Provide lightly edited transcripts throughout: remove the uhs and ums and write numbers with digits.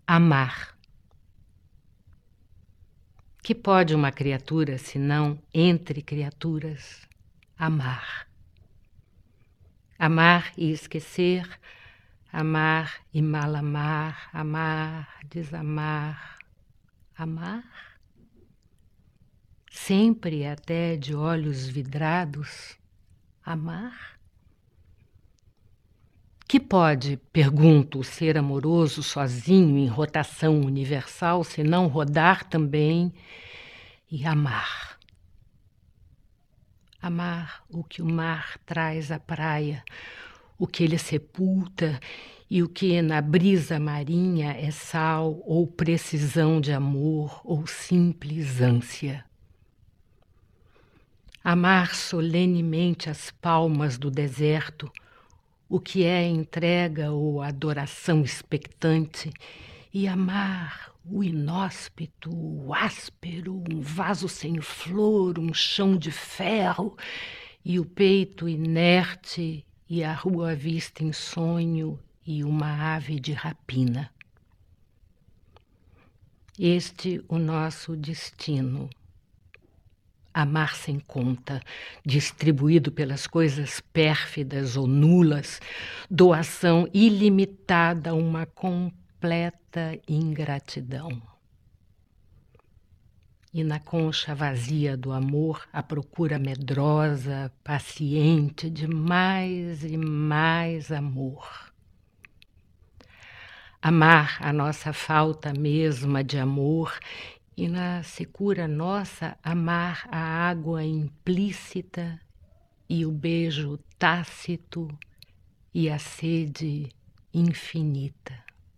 Amar. Que pode uma criatura, senão, entre criaturas, amar? Amar e esquecer, amar e mal amar, amar, desamar, amar? Sempre até de olhos vidrados, amar? Que pode, pergunto, o ser amoroso sozinho em rotação universal, se não rodar também e amar? Amar o que o mar traz à praia, o que ele sepulta e o que na brisa marinha é sal ou precisão de amor ou simples ânsia. Amar solenemente as palmas do deserto, o que é entrega ou adoração expectante, e amar o inóspito, o áspero, um vaso sem flor, um chão de ferro, e o peito inerte, e a rua vista em sonho, e uma ave de rapina. Este o nosso destino. Amar sem conta, distribuído pelas coisas pérfidas ou nulas, doação ilimitada, uma completa ingratidão. E na concha vazia do amor, a procura medrosa, paciente de mais e mais amor. Amar a nossa falta mesma de amor e na secura nossa amar a água implícita e o beijo tácito e a sede infinita.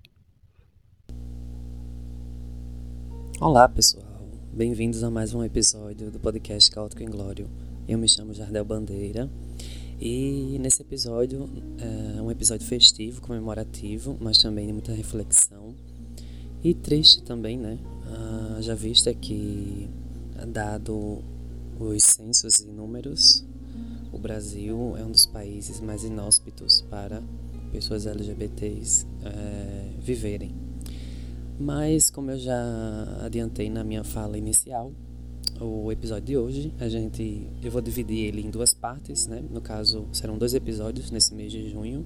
Olá pessoal, bem-vindos a mais um episódio do podcast Caótico Inglório. Eu me chamo Jardel Bandeira e nesse episódio é um episódio festivo, comemorativo, mas também de muita reflexão e triste também, né? Já visto que, dado os censos e números, o Brasil é um dos países mais inóspitos para pessoas LGBTs viverem. Mas, como eu já adiantei na minha fala inicial, o episódio de hoje, eu vou dividir ele em duas partes, né? No caso, serão 2 episódios nesse mês de junho.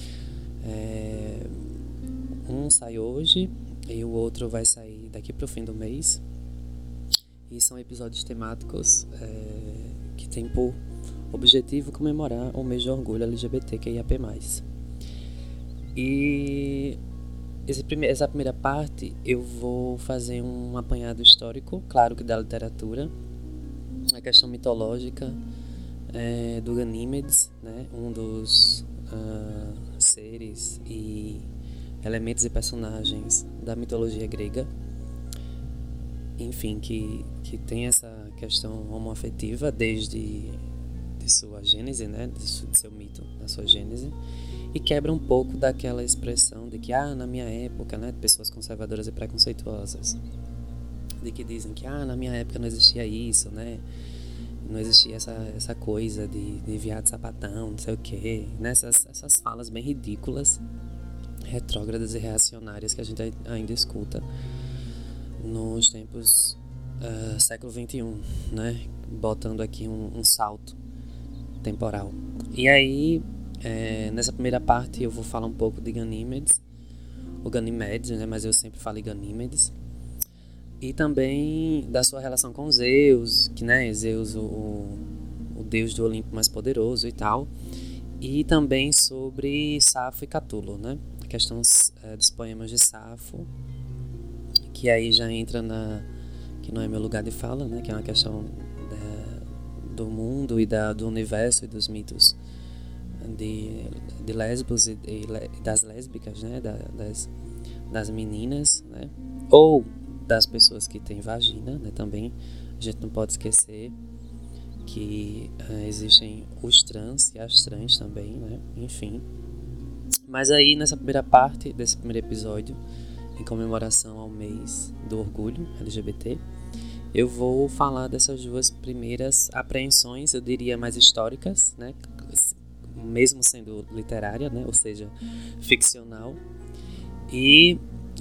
Um sai hoje e o outro vai sair daqui para o fim do mês. E são episódios temáticos que têm por objetivo comemorar o mês de orgulho LGBTQIAP+. E essa primeira parte eu vou fazer um apanhado histórico, claro que da literatura, a questão mitológica do Ganímedes, né, um dos seres e elementos e personagens da mitologia grega, enfim, que tem essa questão homoafetiva desde de sua gênese, né, de seu mito, da sua gênese, e quebra um pouco daquela expressão de que, na minha época, né, pessoas conservadoras e preconceituosas, de que dizem que, na minha época não existia isso, né, não existia essa coisa de viado sapatão, não sei o quê, né, essas falas bem ridículas, retrógradas e reacionárias que a gente ainda escuta nos tempos século XXI, né, botando aqui um salto temporal. E aí, nessa primeira parte eu vou falar um pouco de Ganímedes, ou Ganimedes, né, mas eu sempre falo Ganímedes, e também da sua relação com Zeus, que, né, Zeus, o deus do Olimpo mais poderoso e tal, e também sobre Safo e Catulo, né, a questão dos poemas de Safo, que aí já entra que não é meu lugar de fala, né, que é uma questão do mundo e do universo e dos mitos de Lesbos e das lésbicas, né, das meninas, né, ou das pessoas que têm vagina, né, também a gente não pode esquecer que existem os trans e as trans também, né, enfim. Mas aí nessa primeira parte desse primeiro episódio, em comemoração ao mês do orgulho LGBT, eu vou falar dessas 2 primeiras apreensões, eu diria mais históricas, né, mesmo sendo literária, né, ou seja, ficcional, e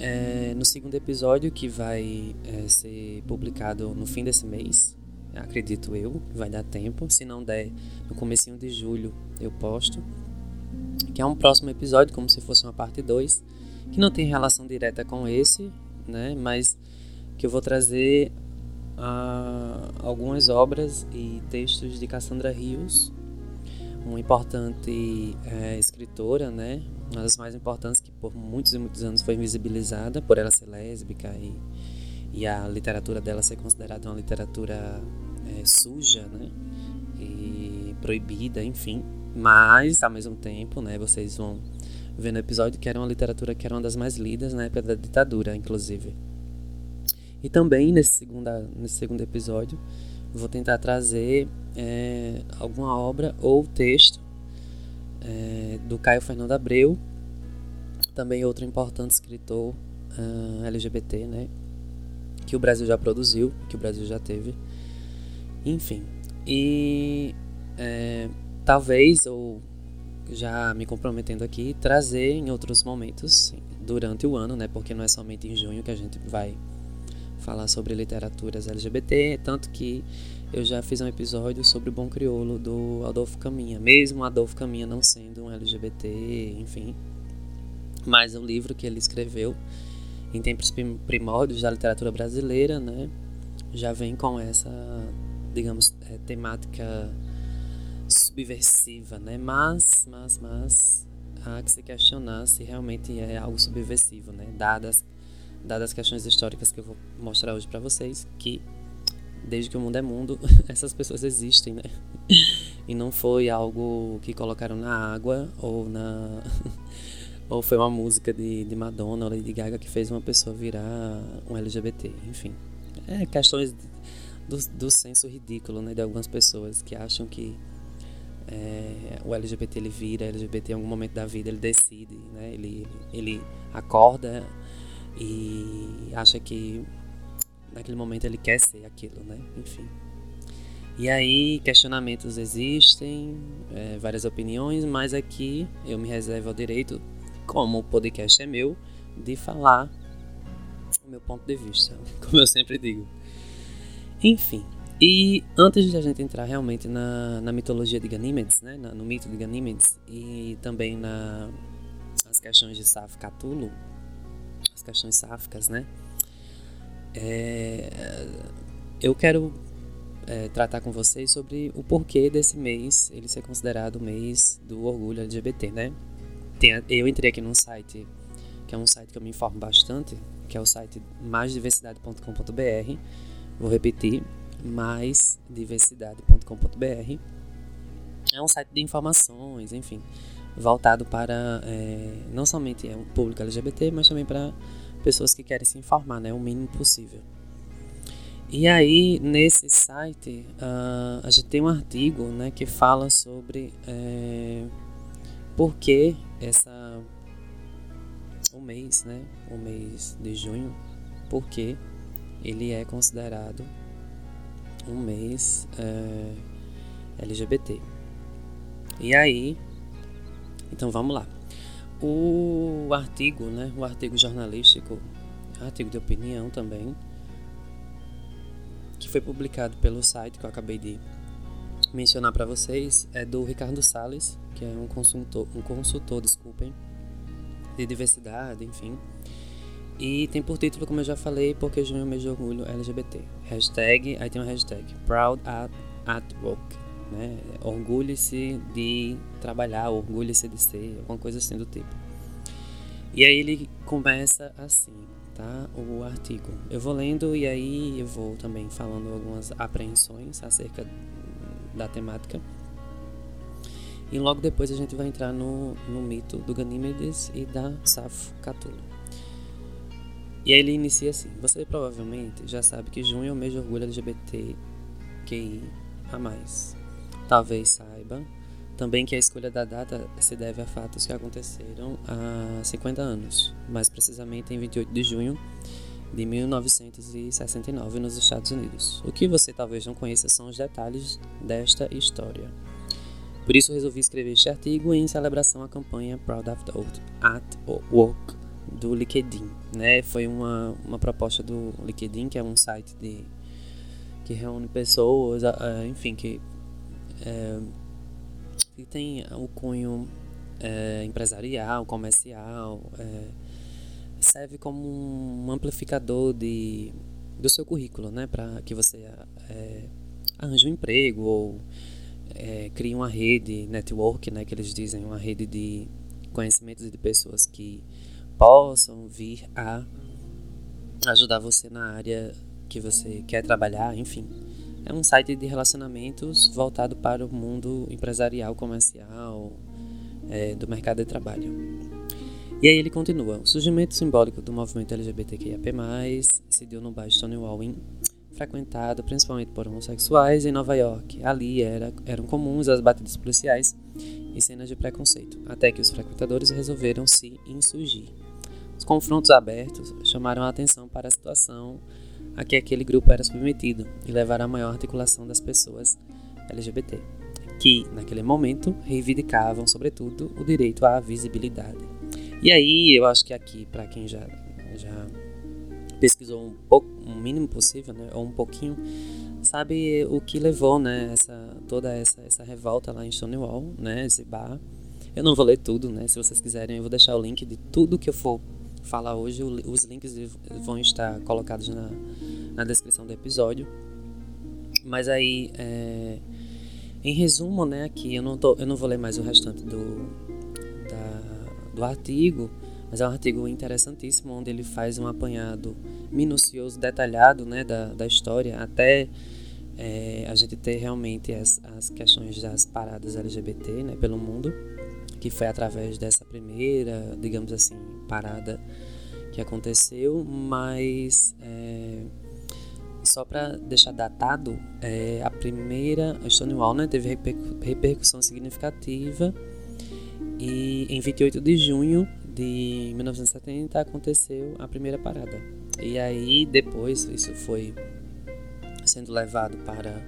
No segundo episódio, que vai ser publicado no fim desse mês, acredito eu, vai dar tempo. Se não der, no comecinho de julho eu posto, que é um próximo episódio, como se fosse uma parte 2, que não tem relação direta com esse, né, mas que eu vou trazer algumas obras e textos de Cassandra Rios, uma importante escritora, né, uma das mais importantes, que por muitos e muitos anos foi invisibilizada por ela ser lésbica e a literatura dela ser considerada uma literatura suja, né, e proibida, enfim. Mas, ao mesmo tempo, né, vocês vão ver no episódio que era uma literatura que era uma das mais lidas na época da ditadura, inclusive. E também, nesse segundo episódio, vou tentar trazer alguma obra ou texto do Caio Fernando Abreu, também outro importante escritor LGBT, né, que o Brasil já produziu, que o Brasil já teve. Enfim, e talvez, ou já me comprometendo aqui, trazer em outros momentos durante o ano, né, porque não é somente em junho que a gente vai falar sobre literaturas LGBT, tanto que eu já fiz um episódio sobre o Bom Crioulo do Adolfo Caminha, mesmo Adolfo Caminha não sendo um LGBT, enfim, mas o livro que ele escreveu em tempos primórdios da literatura brasileira, né, já vem com essa, digamos, temática subversiva, né, mas há que se questionar se realmente é algo subversivo, né, dadas as questões históricas que eu vou mostrar hoje para vocês, que desde que o mundo é mundo, essas pessoas existem, né? E não foi algo que colocaram na água ou foi uma música de Madonna ou Lady Gaga que fez uma pessoa virar um LGBT, enfim. Questões do senso ridículo, né, de algumas pessoas que acham que o LGBT ele vira LGBT em algum momento da vida, ele decide, né? Ele acorda e acha que naquele momento ele quer ser aquilo, né? Enfim. E aí, questionamentos existem, várias opiniões, mas aqui eu me reservo ao direito, como o podcast é meu, de falar o meu ponto de vista, como eu sempre digo. Enfim, e antes de a gente entrar realmente na mitologia de Ganímedes, né? No mito de Ganímedes, e também nas questões de Safo Catulo, as questões sáficas, né? Eu quero tratar com vocês sobre o porquê desse mês ele ser considerado o mês do orgulho LGBT, né? Eu entrei aqui num site, que é um site que eu me informo bastante, que é o site maisdiversidade.com.br. Vou repetir, maisdiversidade.com.br. É um site de informações, enfim, voltado para não somente o público LGBT, mas também para pessoas que querem se informar, né, o mínimo possível. E aí, nesse site, a gente tem um artigo, né, que fala sobre por que o mês, né, o mês de junho, porque ele é considerado um mês LGBT. E aí, então vamos lá. O artigo, né, o artigo jornalístico, artigo de opinião também, que foi publicado pelo site que eu acabei de mencionar para vocês, é do Ricardo Salles, que é um consultor, de diversidade, enfim. E tem por título, como eu já falei, porque junho é o mês de orgulho LGBT. Aí tem uma hashtag Proud at Work, né? Orgulhe-se de trabalhar, orgulhe-se de ser, alguma coisa assim do tipo. E aí ele começa assim, tá? O artigo. Eu vou lendo e aí eu vou também falando algumas apreensões acerca da temática. E logo depois a gente vai entrar no mito do Ganímedes e da Safo Catulo. E aí ele inicia assim: você provavelmente já sabe que junho é o mês de orgulho LGBTQI a mais. Talvez saiba também que a escolha da data se deve a fatos que aconteceram há 50 anos, mais precisamente em 28 de junho de 1969 nos Estados Unidos. O que você talvez não conheça são os detalhes desta história. Por isso resolvi escrever este artigo em celebração à campanha Proud at Work do LinkedIn, né? Foi uma proposta do LinkedIn, que é um site que reúne pessoas, enfim, que tem o cunho empresarial, comercial, serve como um amplificador do seu currículo, né? Para que você arranje um emprego ou crie uma rede, network, né? Que eles dizem, uma rede de conhecimentos e de pessoas que possam vir a ajudar você na área que você quer trabalhar, enfim. É um site de relacionamentos voltado para o mundo empresarial, comercial, do mercado de trabalho. E aí ele continua: o surgimento simbólico do movimento LGBTQIAP+, se deu no bairro Stonewall Inn, frequentado principalmente por homossexuais em Nova York. Ali eram comuns as batidas policiais e cenas de preconceito, até que os frequentadores resolveram se insurgir. Os confrontos abertos chamaram a atenção para a situação a que aquele grupo era submetido e levaram à maior articulação das pessoas LGBT, que, naquele momento, reivindicavam, sobretudo, o direito à visibilidade. E aí, eu acho que aqui, para quem já pesquisou um mínimo possível, né, ou um pouquinho, sabe o que levou, né, toda essa revolta lá em Stonewall, né, esse bar. Eu não vou ler tudo, né, se vocês quiserem eu vou deixar o link de tudo que eu for falar hoje, os links vão estar colocados na descrição do episódio. Mas aí, em resumo, né, aqui eu não vou ler mais o restante do artigo, mas é um artigo interessantíssimo, onde ele faz um apanhado minucioso, detalhado, né, da história, até a gente ter realmente as questões das paradas LGBT, né, pelo mundo, que foi através dessa primeira, digamos assim, parada que aconteceu, mas só para deixar datado, a primeira Stonewall, né, teve repercussão significativa, e em 28 de junho de 1970 aconteceu a primeira parada. E aí depois isso foi sendo levado para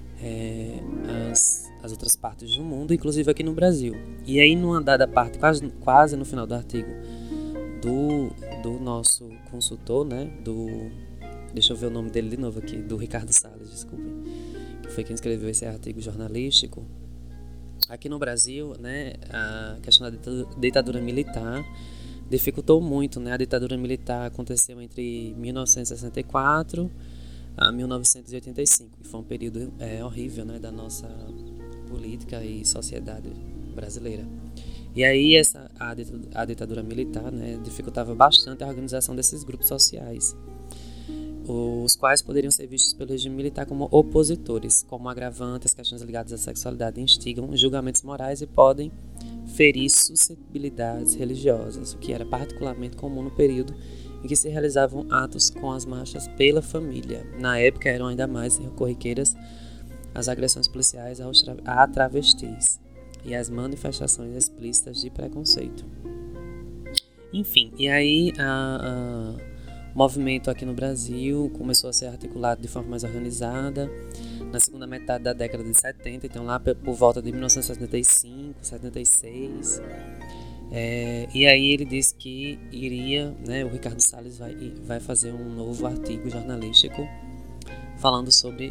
as outras partes do mundo, inclusive aqui no Brasil. E aí numa dada parte, quase no final do artigo do nosso consultor, né, deixa eu ver o nome dele de novo aqui, do Ricardo Salles, desculpem, que foi quem escreveu esse artigo jornalístico. Aqui no Brasil, né, a questão da ditadura militar dificultou muito, né? A ditadura militar aconteceu entre 1964 a 1985, que foi um período horrível, né, da nossa política e sociedade brasileira. E aí a ditadura militar, né, dificultava bastante a organização desses grupos sociais, os quais poderiam ser vistos pelo regime militar como opositores, como agravantes, questões ligadas à sexualidade instigam julgamentos morais e podem ferir suscetibilidades religiosas, o que era particularmente comum no período em que se realizavam atos com as marchas pela família. Na época eram ainda mais corriqueiras as agressões policiais a travestis e as manifestações explícitas de preconceito. Enfim, e aí o movimento aqui no Brasil começou a ser articulado de forma mais organizada na segunda metade da década de 70, então lá por volta de 1975, 76. E aí ele disse que iria, né, o Ricardo Salles vai fazer um novo artigo jornalístico falando sobre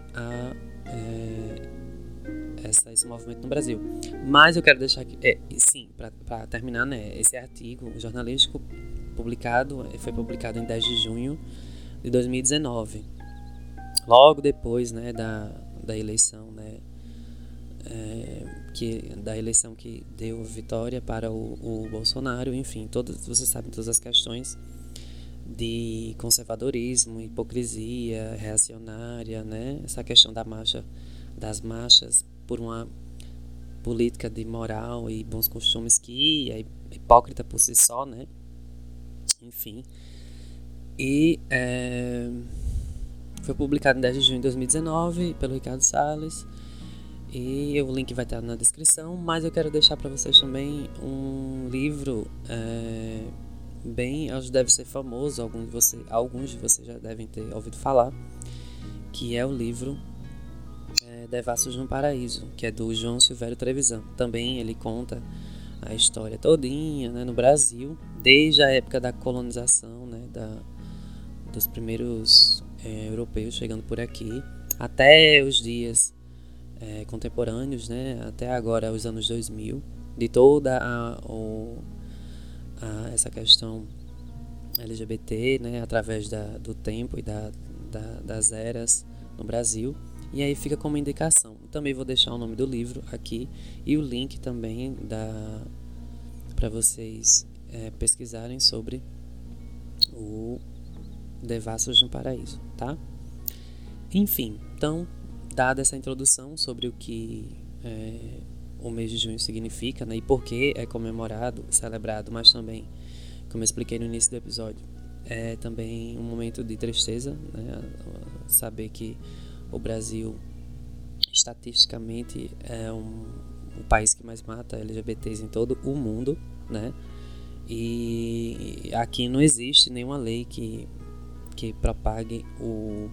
esse movimento no Brasil. Mas eu quero deixar aqui, sim, para terminar, né, esse artigo jornalístico foi publicado em 10 de junho de 2019, logo depois, né, da eleição, né, da eleição que deu vitória para o Bolsonaro. Enfim, vocês sabem todas as questões de conservadorismo, hipocrisia reacionária, né, essa questão das marchas por uma política de moral e bons costumes que é hipócrita por si só, né. Enfim, e foi publicado em 10 de junho de 2019 pelo Ricardo Salles, e o link vai estar na descrição, mas eu quero deixar para vocês também um livro deve ser famoso, alguns de vocês já devem ter ouvido falar, que é o livro Devassos no Paraíso, que é do João Silvério Trevisan. Também ele conta a história todinha, né, no Brasil, desde a época da colonização, né, dos primeiros europeus chegando por aqui, até os dias contemporâneos, né, até agora, os anos 2000, de toda essa questão LGBT, né, através do tempo e das eras no Brasil. E aí fica como indicação. Também vou deixar o nome do livro aqui e o link também para vocês pesquisarem sobre o Devassos no Paraíso, tá? Enfim, então, dada essa introdução sobre o que o mês de junho significa, né, e por que é comemorado, celebrado, mas também, como eu expliquei no início do episódio, é também um momento de tristeza, né, saber que o Brasil, estatisticamente, é o país que mais mata LGBTs em todo o mundo, né, e aqui não existe nenhuma lei que propague o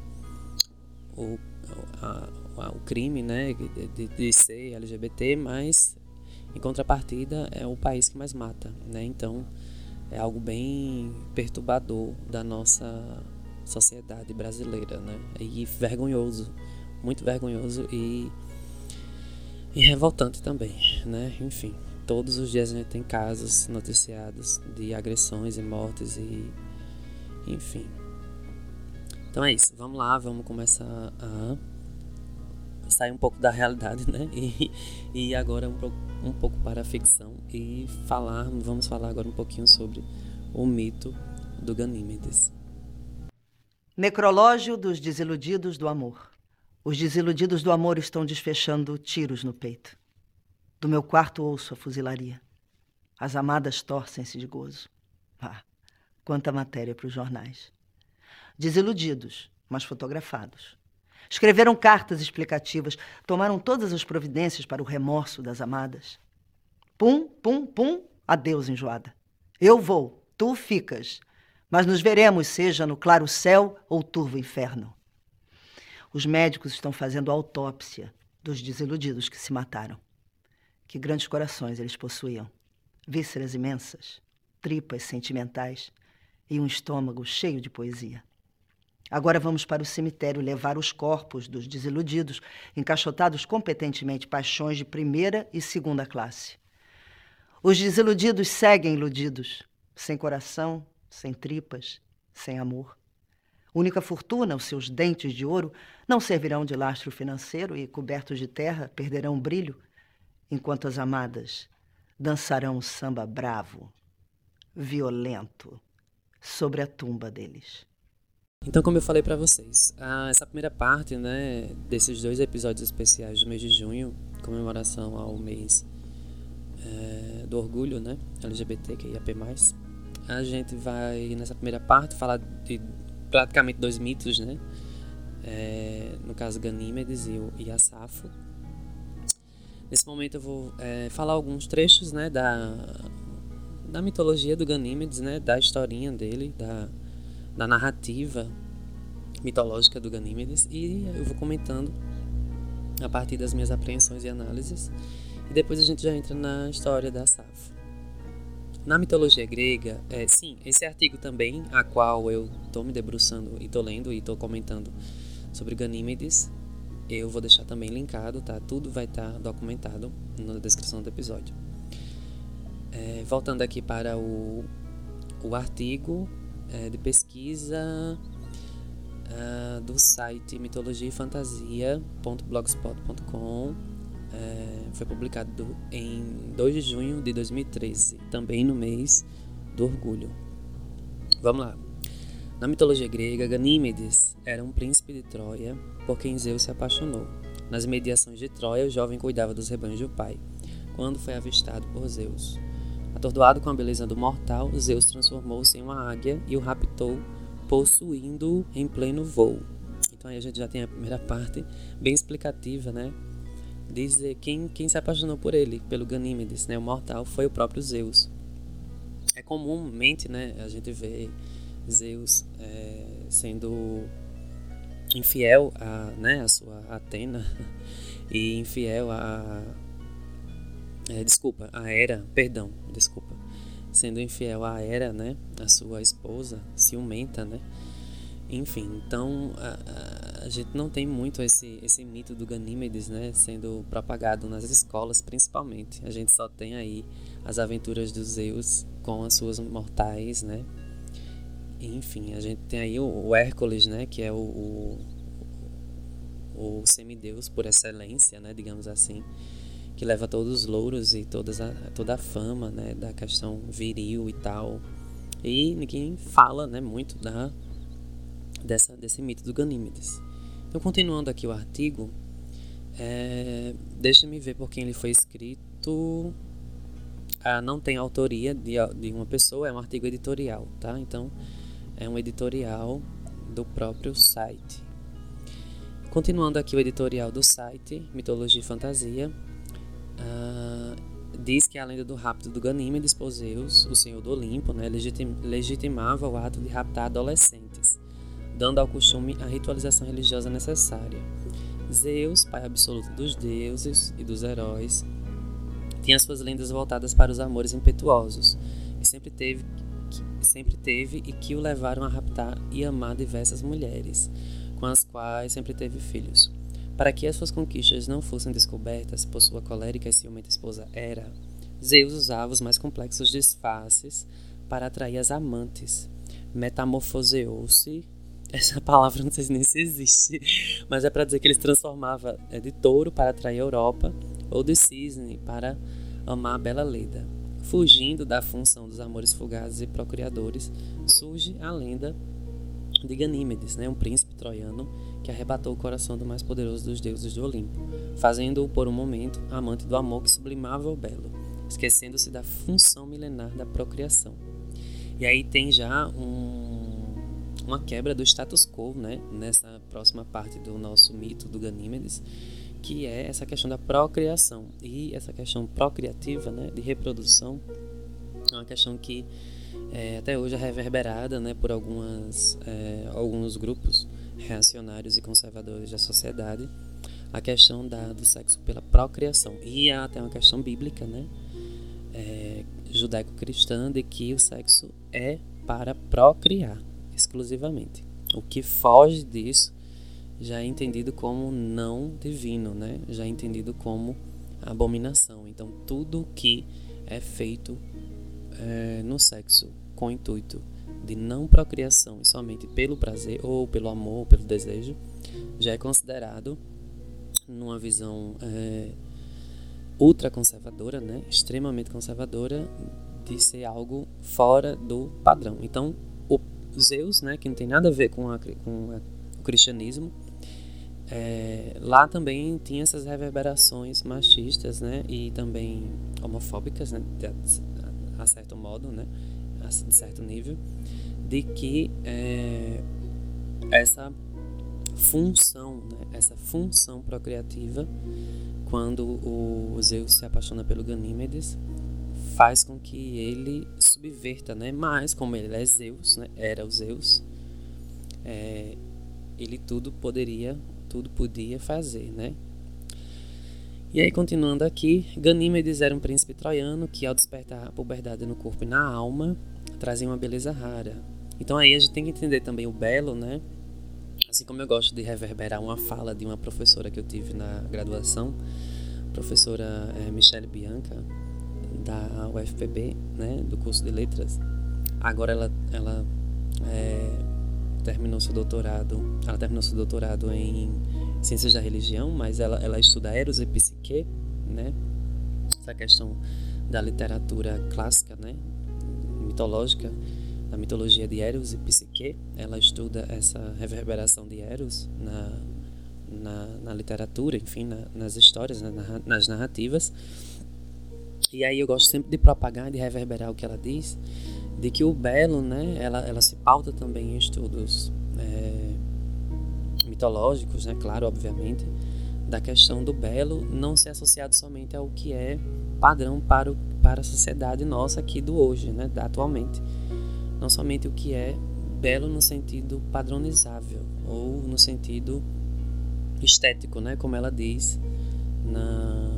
crime, né, de ser LGBT, mas em contrapartida é o país que mais mata, né? Então é algo bem perturbador da nossa sociedade brasileira, né? E vergonhoso, muito vergonhoso e revoltante também, né? Enfim, todos os dias a gente tem casos noticiados de agressões e mortes e enfim. Então é isso, vamos lá, vamos começar a sair um pouco da realidade, né? E agora um pouco para a ficção e vamos falar agora um pouquinho sobre o mito do Ganímedes. Necrológio dos desiludidos do amor. Os desiludidos do amor estão desfechando tiros no peito. Do meu quarto ouço a fuzilaria. As amadas torcem-se de gozo. Ah, quanta matéria para os jornais. Desiludidos, mas fotografados. Escreveram cartas explicativas, tomaram todas as providências para o remorso das amadas. Pum, pum, pum, adeus, enjoada. Eu vou, tu ficas, mas nos veremos, seja no claro céu ou turvo inferno. Os médicos estão fazendo autópsia dos desiludidos que se mataram. Que grandes corações eles possuíam. Vísceras imensas, tripas sentimentais e um estômago cheio de poesia. Agora vamos para o cemitério levar os corpos dos desiludidos, encaixotados competentemente, paixões de primeira e segunda classe. Os desiludidos seguem iludidos, sem coração, sem tripas, sem amor. Única fortuna, os seus dentes de ouro, não servirão de lastro financeiro e, cobertos de terra, perderão o brilho, enquanto as amadas dançarão o samba bravo, violento, sobre a tumba deles. Então, como eu falei para vocês, essa primeira parte, né, desses 2 episódios especiais do mês de junho, comemoração ao mês do orgulho, né, LGBTQIAP+, a gente vai, nessa primeira parte, falar de praticamente 2 mitos, né, no caso Ganímedes e a Safo. Nesse momento eu vou falar alguns trechos, né, da mitologia do Ganímedes, né, da historinha dele, da narrativa mitológica do Ganímedes, e eu vou comentando a partir das minhas apreensões e análises, e depois a gente já entra na história da Safo. Na mitologia grega, sim, esse artigo também, a qual eu estou me debruçando e estou lendo e estou comentando sobre Ganímedes, eu vou deixar também linkado, tá? Tudo vai estar documentado na descrição do episódio. Voltando aqui para o artigo de pesquisa do site mitologiaefantasia.blogspot.com, foi publicado em 2 de junho de 2013, também no mês do orgulho. Vamos lá. Na mitologia grega, Ganímedes era um príncipe de Troia por quem Zeus se apaixonou. Nas imediações de Troia, o jovem cuidava dos rebanhos do pai, quando foi avistado por Zeus. Atordoado com a beleza do mortal, Zeus transformou-se em uma águia e o raptou, possuindo-o em pleno voo. Então aí a gente já tem a primeira parte bem explicativa, né? Dizer quem se apaixonou por ele, pelo Ganímedes, né? O mortal foi o próprio Zeus. Comumente, né, a gente vê Zeus sendo infiel a sua Atena e infiel Sendo infiel a Hera, né, a sua esposa, ciumenta, né? Enfim, então a gente não tem muito esse mito do Ganímedes, né, sendo propagado nas escolas, principalmente. A gente só tem aí as aventuras dos Zeus com as suas mortais, né? Enfim, a gente tem aí o Hércules, né, que é o semideus por excelência, né, digamos assim, que leva todos os louros e toda a fama, né, da questão viril e tal. E ninguém fala, né, muito desse mito do Ganímedes. Então, continuando aqui o artigo, deixa-me ver por quem ele foi escrito. Não tem autoria de uma pessoa, é um artigo editorial, tá? Então, é um editorial do próprio site. Continuando aqui o editorial do site, Mitologia e Fantasia, diz que a lenda do rapto do Ganímedes por Zeus, o senhor do Olimpo, né, legitimava o ato de raptar adolescentes, dando ao costume a ritualização religiosa necessária. Zeus, pai absoluto dos deuses e dos heróis, tinha suas lendas voltadas para os amores impetuosos, e sempre teve e que o levaram a raptar e amar diversas mulheres, com as quais sempre teve filhos. Para que as suas conquistas não fossem descobertas por sua colérica e ciumenta esposa Hera, Zeus usava os mais complexos disfarces para atrair as amantes. Metamorfoseou-se, essa palavra não sei nem se existe, mas é para dizer que ele se transformava de touro para atrair a Europa, ou de cisne para amar a bela Leda. Fugindo da função dos amores fugazes e procriadores, surge a lenda de Ganímedes, né, um príncipe troiano que arrebatou o coração do mais poderoso dos deuses do Olimpo, fazendo-o por um momento amante do amor que sublimava o belo, esquecendo-se da função milenar da procriação. E aí tem já uma quebra do status quo, né, nessa próxima parte do nosso mito do Ganímedes, que é essa questão da procriação. E essa questão procriativa, né, de reprodução, é uma questão que até hoje é reverberada, né, por alguns grupos reacionários e conservadores da sociedade, a questão do sexo pela procriação. E há até uma questão bíblica, né, judaico-cristã, de que o sexo é para procriar exclusivamente. O que foge disso já é entendido como não divino, né, já é entendido como abominação. Então, tudo que é feito no sexo com o intuito de não procriação e somente pelo prazer ou pelo amor ou pelo desejo já é considerado, numa visão ultra conservadora, né, extremamente conservadora, de ser algo fora do padrão. Então o Zeus, né, que não tem nada a ver com o cristianismo, lá também tinha essas reverberações machistas, né, e também homofóbicas, né, a certo modo, né, de certo nível, de que essa função, né, essa função procriativa, quando o Zeus se apaixona pelo Ganímedes, faz com que ele subverta, né, mas como ele é Zeus, né, era o Zeus, ele tudo podia fazer, né. E aí, continuando aqui, Ganímedes era um príncipe troiano que, ao despertar a puberdade no corpo e na alma, trazia uma beleza rara. Então aí a gente tem que entender também o belo, né? Assim como eu gosto de reverberar uma fala de uma professora que eu tive na graduação, professora Michele Bianca, da UFPB, né, do curso de Letras. Agora ela terminou seu doutorado em Ciências da Religião, mas ela estuda Eros e Psique, né? Essa questão da literatura clássica, né, mitológica, da mitologia de Eros e Psique. Ela estuda essa reverberação de Eros na literatura, enfim, nas histórias, né, nas narrativas. E aí eu gosto sempre de propagar, de reverberar o que ela diz, de que o belo, né, ela se pauta também em estudos mitológicos, né, claro, obviamente, da questão do belo não ser associado somente ao que é padrão para a sociedade nossa aqui do hoje, né, atualmente. Não somente o que é belo no sentido padronizável ou no sentido estético, né, como ela diz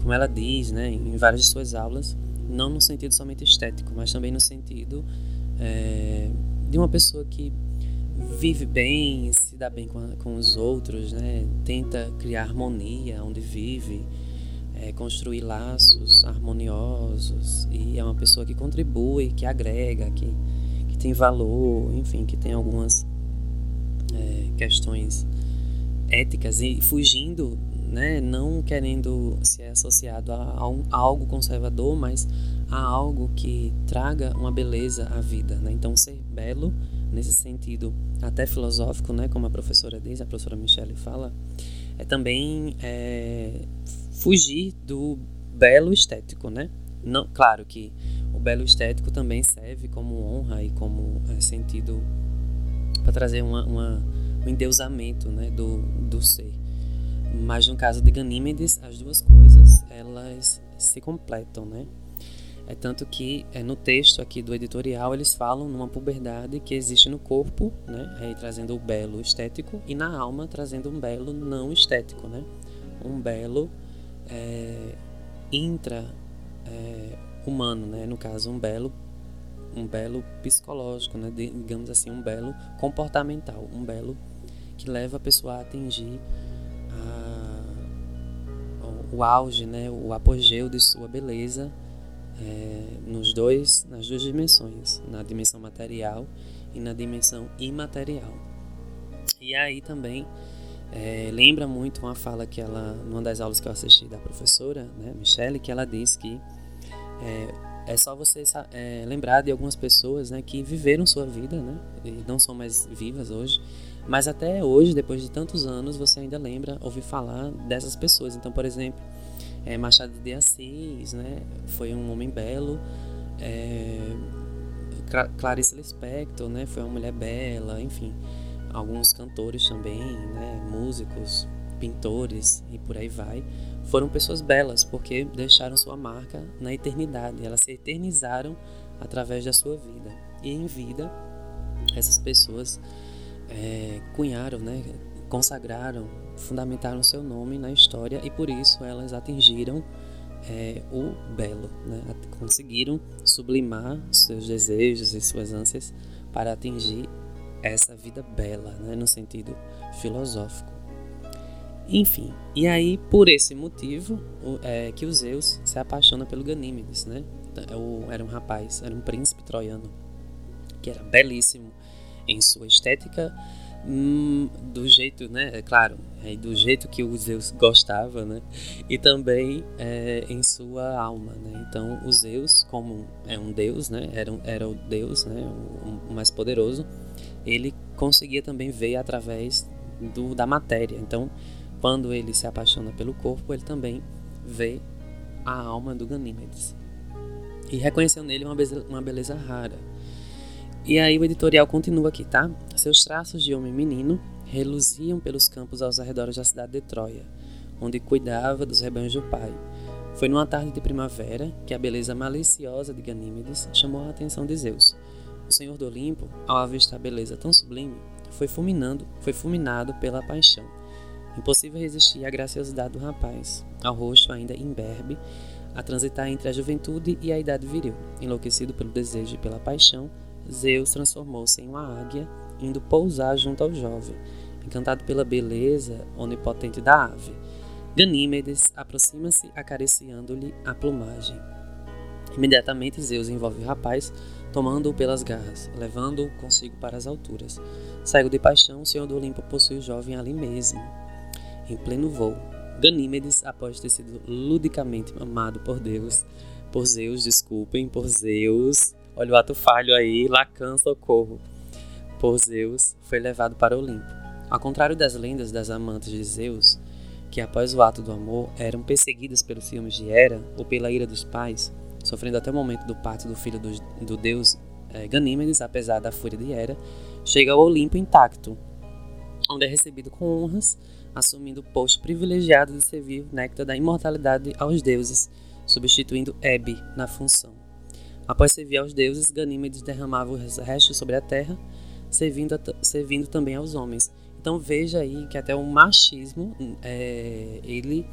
como ela diz, né, em várias de suas aulas, não no sentido somente estético, mas também no sentido de uma pessoa que vive bem, se dá bem com os outros, né, tenta criar harmonia onde vive, construir laços harmoniosos, e é uma pessoa que contribui, que agrega, que tem valor, enfim, que tem algumas questões éticas, e fugindo, né, não querendo ser associado a algo conservador, mas a algo que traga uma beleza à vida, né? Então, ser belo, nesse sentido até filosófico, né, como a professora diz, a professora Michele fala, é também fugir do belo estético, né? Não, claro que o belo estético também serve como honra e como sentido para trazer um endeusamento, né, do ser. Mas no caso de Ganímedes, as duas coisas elas se completam, né? É tanto que no texto aqui do editorial eles falam numa puberdade que existe no corpo, né, aí trazendo o belo estético, e na alma trazendo um belo não estético, né? Um belo humano, né? No caso um belo psicológico, né? Digamos assim, um belo comportamental, um belo que leva a pessoa a atingir o auge, né? O apogeu de sua beleza nas duas dimensões, na dimensão material e na dimensão imaterial. E aí também lembra muito uma fala que ela, numa das aulas que eu assisti da professora, né, Michele, que ela diz que é só você lembrar de algumas pessoas, né, que viveram sua vida, né, e não são mais vivas hoje, mas até hoje, depois de tantos anos, você ainda lembra, ouvir falar dessas pessoas. Então, por exemplo, Machado de Assis, né, foi um homem belo. Clarice Lispector, né, foi uma mulher bela. Enfim, alguns cantores também, né, músicos, pintores e por aí vai, foram pessoas belas porque deixaram sua marca na eternidade. Elas se eternizaram através da sua vida, e em vida essas pessoas cunharam, né, consagraram, fundamentaram seu nome na história, e por isso elas atingiram o belo, né? Conseguiram sublimar seus desejos e suas ânsias para atingir essa vida bela, né, no sentido filosófico. Enfim, e aí por esse motivo que o Zeus se apaixona pelo Ganímedes, né? Era um rapaz, era um príncipe troiano que era belíssimo em sua estética, do jeito, né, claro, do jeito que o Zeus gostava, né, e também em sua alma, né. Então o Zeus, como é um deus, né, era o deus, né, o mais poderoso, ele conseguia também ver através da matéria. Então, quando ele se apaixona pelo corpo, ele também vê a alma do Ganímedes e reconheceu nele uma beleza rara. E aí o editorial continua aqui, tá? Seus traços de homem menino reluziam pelos campos aos arredores da cidade de Troia, onde cuidava dos rebanhos do pai. Foi numa tarde de primavera que a beleza maliciosa de Ganímedes chamou a atenção de Zeus. O senhor do Olimpo, ao avistar a beleza tão sublime, foi fulminado pela paixão. Impossível resistir à graciosidade do rapaz, ao rosto ainda imberbe, a transitar entre a juventude e a idade viril. Enlouquecido pelo desejo e pela paixão, Zeus transformou-se em uma águia, indo pousar junto ao jovem. Encantado pela beleza onipotente da ave, Ganímedes aproxima-se acariciando-lhe a plumagem. Imediatamente Zeus envolve o rapaz, tomando-o pelas garras, levando-o consigo para as alturas. Cego de paixão, o senhor do Olimpo possui o jovem ali mesmo, em pleno voo. Ganímedes, após ter sido ludicamente amado por Zeus, olha o ato falho aí, Lacan, socorro. Por Zeus, foi levado para o Olimpo. Ao contrário das lendas das amantes de Zeus, que após o ato do amor eram perseguidas pelos ciúmes de Hera ou pela ira dos pais, sofrendo até o momento do parto do filho do deus Ganímedes, apesar da fúria de Hera, chega ao Olimpo intacto, onde é recebido com honras, assumindo o posto privilegiado de servir o néctar da imortalidade aos deuses, substituindo Hebe na função. Após servir aos deuses, Ganímedes derramava os restos sobre a terra, servindo também aos homens. Então veja aí que até o machismo ele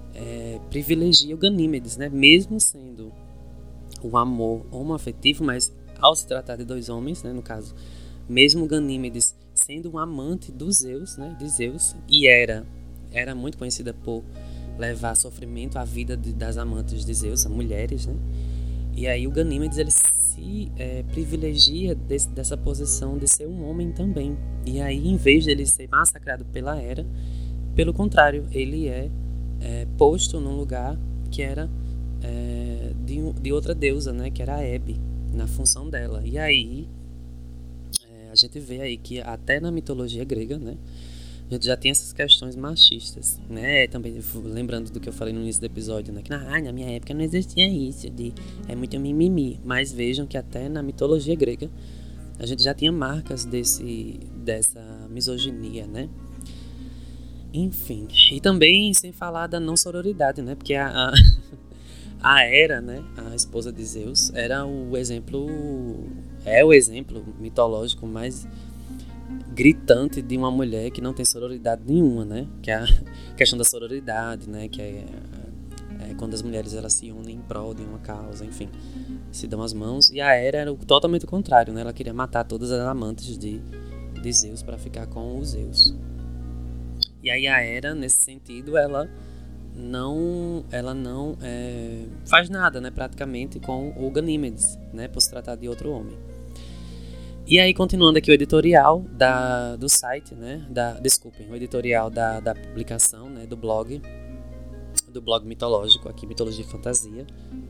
privilegia o Ganímedes, né? Mesmo sendo o amor homoafetivo, mas ao se tratar de dois homens, né? No caso, mesmo Ganímedes sendo um amante dos Zeus, né? De Zeus, e era muito conhecida por levar sofrimento à vida das amantes de Zeus, as mulheres, né? E aí o Ganímedes ele se privilegia dessa posição de ser um homem também. E aí, em vez de ele ser massacrado pela Hera, pelo contrário, ele é posto num lugar que era de outra deusa, né? Que era a Hebe, na função dela. E aí a gente vê aí que até na mitologia grega, né? A gente já tem essas questões machistas, né? Também lembrando do que eu falei no início do episódio, né? Que na minha época não existia isso, é muito mimimi. Mas vejam que até na mitologia grega a gente já tinha marcas dessa misoginia, né? Enfim, e também sem falar da não sororidade, né? Porque a Hera, né? A esposa de Zeus, é o exemplo mitológico mais gritante de uma mulher que não tem sororidade nenhuma, né? Que é a questão da sororidade, né? Que é quando as mulheres elas se unem em prol de uma causa, enfim, se dão as mãos. E a Hera era totalmente o contrário, né? Ela queria matar todas as amantes de Zeus para ficar com os Zeus. E aí a Hera, nesse sentido, ela não faz nada, né? Praticamente com o Ganímedes, né? Por se tratar de outro homem. E aí, continuando aqui o editorial do site, né? O editorial da publicação, né? Do blog mitológico, aqui Mitologia e Fantasia.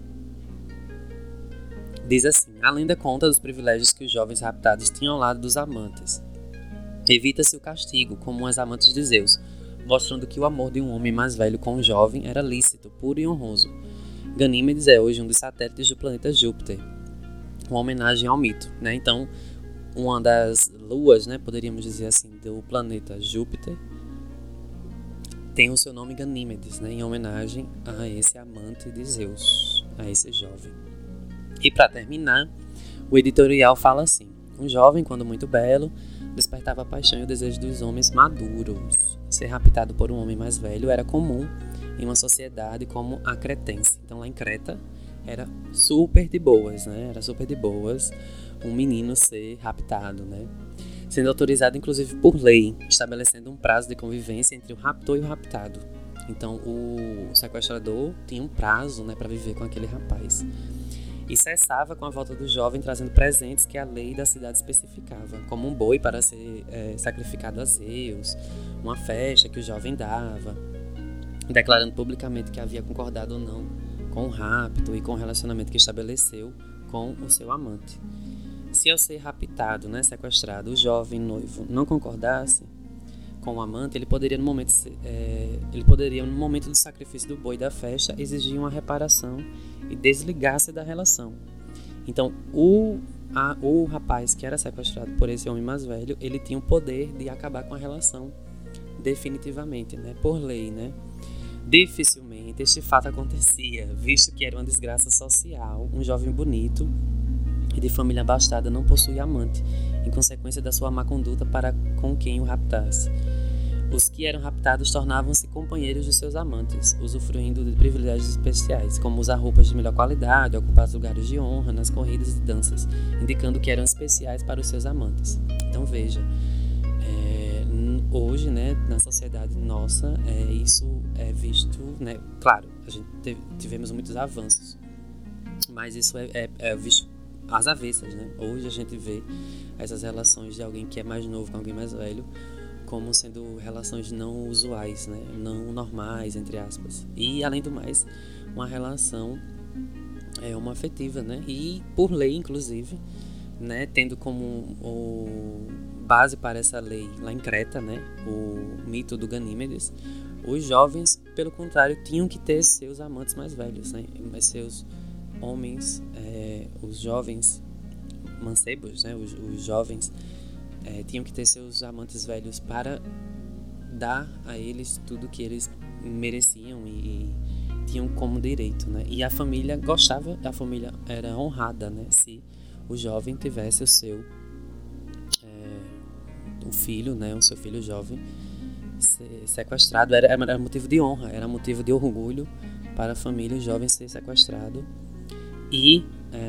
Diz assim: a lenda conta dos privilégios que os jovens raptados tinham ao lado dos amantes. Evita-se o castigo, como as amantes de Zeus, mostrando que o amor de um homem mais velho com um jovem era lícito, puro e honroso. Ganímedes é hoje um dos satélites do planeta Júpiter, uma homenagem ao mito, né? Então, uma das luas, né, poderíamos dizer assim, do planeta Júpiter, tem o seu nome Ganímedes, né, em homenagem a esse amante de Zeus, a esse jovem. E para terminar, o editorial fala assim: um jovem, quando muito belo, despertava a paixão e o desejo dos homens maduros. Ser raptado por um homem mais velho era comum em uma sociedade como a cretense. Então, lá em Creta, era super de boas, né? Era super de boas um menino ser raptado, né? Sendo autorizado, inclusive, por lei, estabelecendo um prazo de convivência entre o raptor e o raptado. Então, o sequestrador tinha um prazo, né, para viver com aquele rapaz. E cessava com a volta do jovem, trazendo presentes que a lei da cidade especificava, como um boi para ser sacrificado a Zeus, uma festa que o jovem dava, declarando publicamente que havia concordado ou não com o rapto e com o relacionamento que estabeleceu com o seu amante. Se ao ser raptado, né, sequestrado, o jovem noivo não concordasse com o amante, ele poderia no momento do sacrifício do boi da festa exigir uma reparação e desligar-se da relação. Então o rapaz que era sequestrado por esse homem mais velho, ele tinha o poder de acabar com a relação definitivamente, né, por lei, né? Dificilmente este fato acontecia, visto que era uma desgraça social. Um jovem bonito e de família abastada não possuía amante, em consequência da sua má conduta para com quem o raptasse. Os que eram raptados tornavam-se companheiros de seus amantes, usufruindo de privilégios especiais, como usar roupas de melhor qualidade, ocupar lugares de honra nas corridas e danças, indicando que eram especiais para os seus amantes. Então veja, hoje, né, na sociedade nossa, isso é visto, né, claro, a gente tivemos muitos avanços, mas isso é visto às avessas, né? Hoje a gente vê essas relações de alguém que é mais novo com alguém mais velho como sendo relações não usuais, né? Não normais, entre aspas. E, além do mais, uma relação homoafetiva, né? E, por lei, inclusive, né? Tendo como base para essa lei lá em Creta, né? O mito do Ganímedes, os jovens, pelo contrário, tinham que ter seus amantes mais velhos, né? Mas seus homens, os jovens mancebos, né? Os jovens tinham que ter seus amantes velhos para dar a eles tudo que eles mereciam e tinham como direito, né? E a família gostava, a família era honrada, né? Se o jovem tivesse o filho, né? O seu filho jovem ser sequestrado era motivo de honra, era motivo de orgulho para a família o jovem ser sequestrado e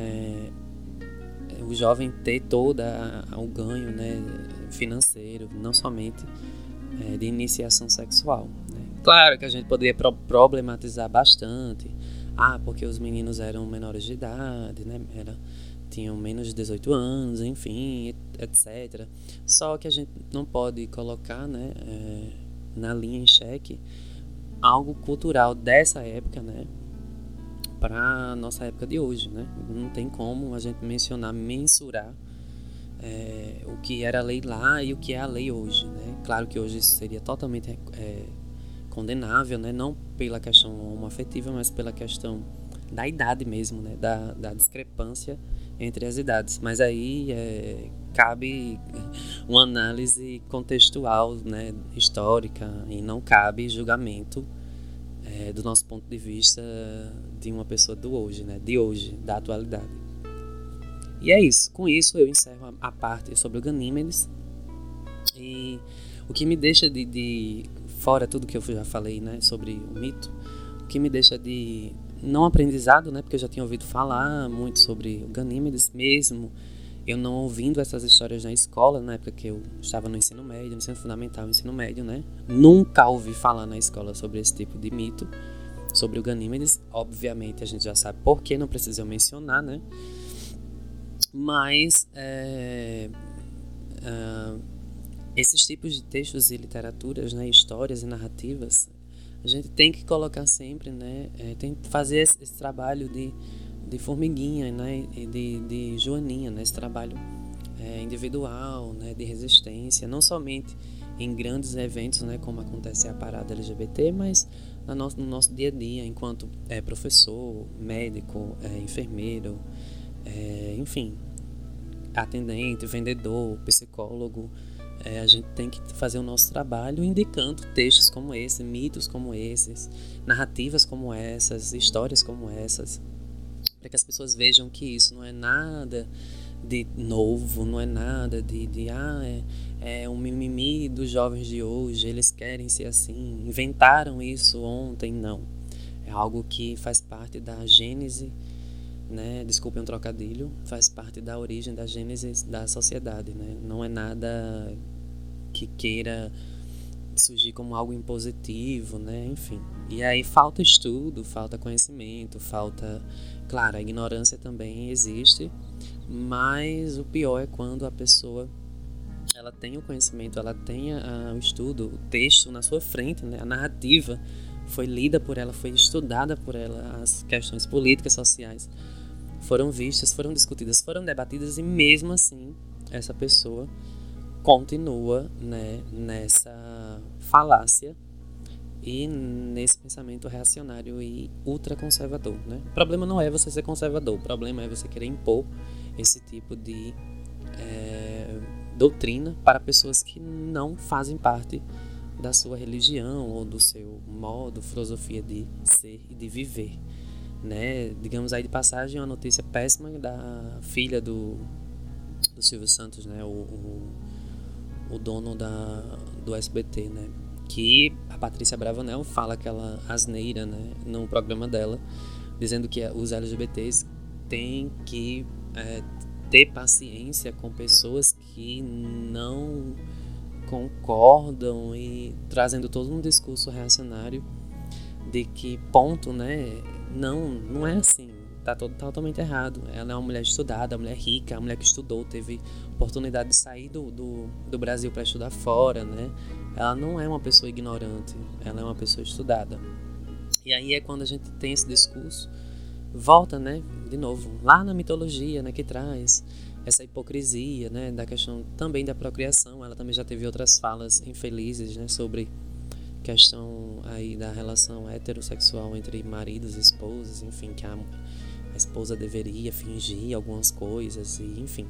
o jovem ter todo o ganho, né, financeiro, não somente de iniciação sexual, né. Claro que a gente poderia problematizar bastante, porque os meninos eram menores de idade, né, tinham menos de 18 anos, enfim, etc. Só que a gente não pode colocar, né, na linha em xeque algo cultural dessa época, né, para a nossa época de hoje, né? Não tem como a gente mensurar o que era a lei lá e o que é a lei hoje, né? Claro que hoje isso seria totalmente condenável, né? Não pela questão homoafetiva, mas pela questão da idade mesmo, né? Da discrepância entre as idades. Mas aí cabe uma análise contextual, né? Histórica, e não cabe julgamento do nosso ponto de vista de uma pessoa do hoje, né? De hoje, da atualidade. E é isso. Com isso eu encerro a parte sobre o Ganímedes. E o que me deixa de fora tudo que eu já falei, né, sobre o mito, o que me deixa de não aprendizado, né, porque eu já tinha ouvido falar muito sobre o Ganímedes, mesmo eu não ouvindo essas histórias na escola, na época que eu estava no ensino médio, no ensino fundamental, no ensino médio, né, nunca ouvi falar na escola sobre esse tipo de mito, sobre o Ganímedes. Obviamente a gente já sabe por que, não precisa eu mencionar, né, mas esses tipos de textos e literaturas, né, histórias e narrativas, a gente tem que colocar sempre, né, tem que fazer esse trabalho de formiguinha, né, e de joaninha, né, esse trabalho individual, né, de resistência, não somente em grandes eventos, né, como acontece a parada LGBT, mas no nosso dia a dia, enquanto professor, médico, enfermeiro, enfim, atendente, vendedor, psicólogo. A gente tem que fazer o nosso trabalho indicando textos como esse, mitos como esses, narrativas como essas, histórias como essas, para que as pessoas vejam que isso não é nada de novo, não é nada é um mimimi dos jovens de hoje, eles querem ser assim, inventaram isso ontem. Não, é algo que faz parte da gênese, né? Desculpe um trocadilho, faz parte da origem, da gênese da sociedade, né? Não é nada que queira surgir como algo impositivo, né? Enfim. E aí falta estudo, falta conhecimento, claro, a ignorância também existe, mas o pior é quando a pessoa ela tem o conhecimento, ela tem o estudo, o texto na sua frente, né? A narrativa foi lida por ela, foi estudada por ela, as questões políticas, sociais foram vistas, foram discutidas, foram debatidas, e mesmo assim essa pessoa continua, né, nessa falácia e nesse pensamento reacionário e ultraconservador, né? O problema não é você ser conservador, o problema é você querer impor esse tipo de doutrina para pessoas que não fazem parte da sua religião ou do seu modo, filosofia de ser e de viver, né? Digamos aí de passagem uma notícia péssima da filha do Silvio Santos, né? O dono do SBT, né? Que a Patrícia Bravanel fala aquela asneira, né, no programa dela, dizendo que os LGBTs têm que ter paciência com pessoas que não concordam, e trazendo todo um discurso reacionário de que ponto, né, não é assim, tá totalmente errado. Ela é uma mulher estudada, uma mulher rica, uma mulher que estudou, teve oportunidade de sair do Brasil para estudar fora, né? Ela não é uma pessoa ignorante, ela é uma pessoa estudada. E aí é quando a gente tem esse discurso, volta, né, de novo, lá na mitologia, né, que traz essa hipocrisia, né, da questão também da procriação. Ela também já teve outras falas infelizes, né, sobre questão aí da relação heterossexual entre maridos e esposas, enfim, que a esposa deveria fingir algumas coisas, e enfim.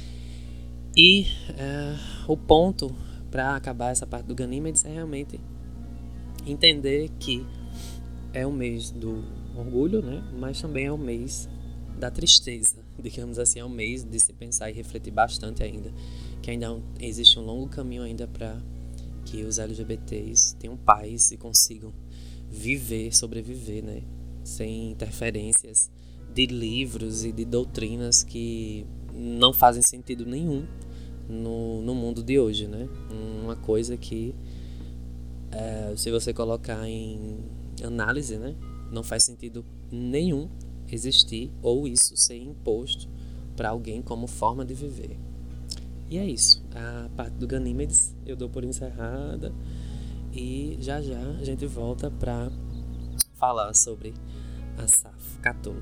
E o ponto para acabar essa parte do Ganímedes é realmente entender que é o mês do orgulho, né? Mas também é o mês da tristeza, digamos assim, é o mês de se pensar e refletir bastante ainda, que ainda existe um longo caminho ainda para que os LGBTs tenham paz e consigam sobreviver, né? Sem interferências de livros e de doutrinas que não fazem sentido nenhum no mundo de hoje, né? Uma coisa que, se você colocar em análise, né, não faz sentido nenhum existir ou isso ser imposto para alguém como forma de viver. E é isso. A parte do Ganímedes eu dou por encerrada e já a gente volta para falar sobre a Safo Catulo.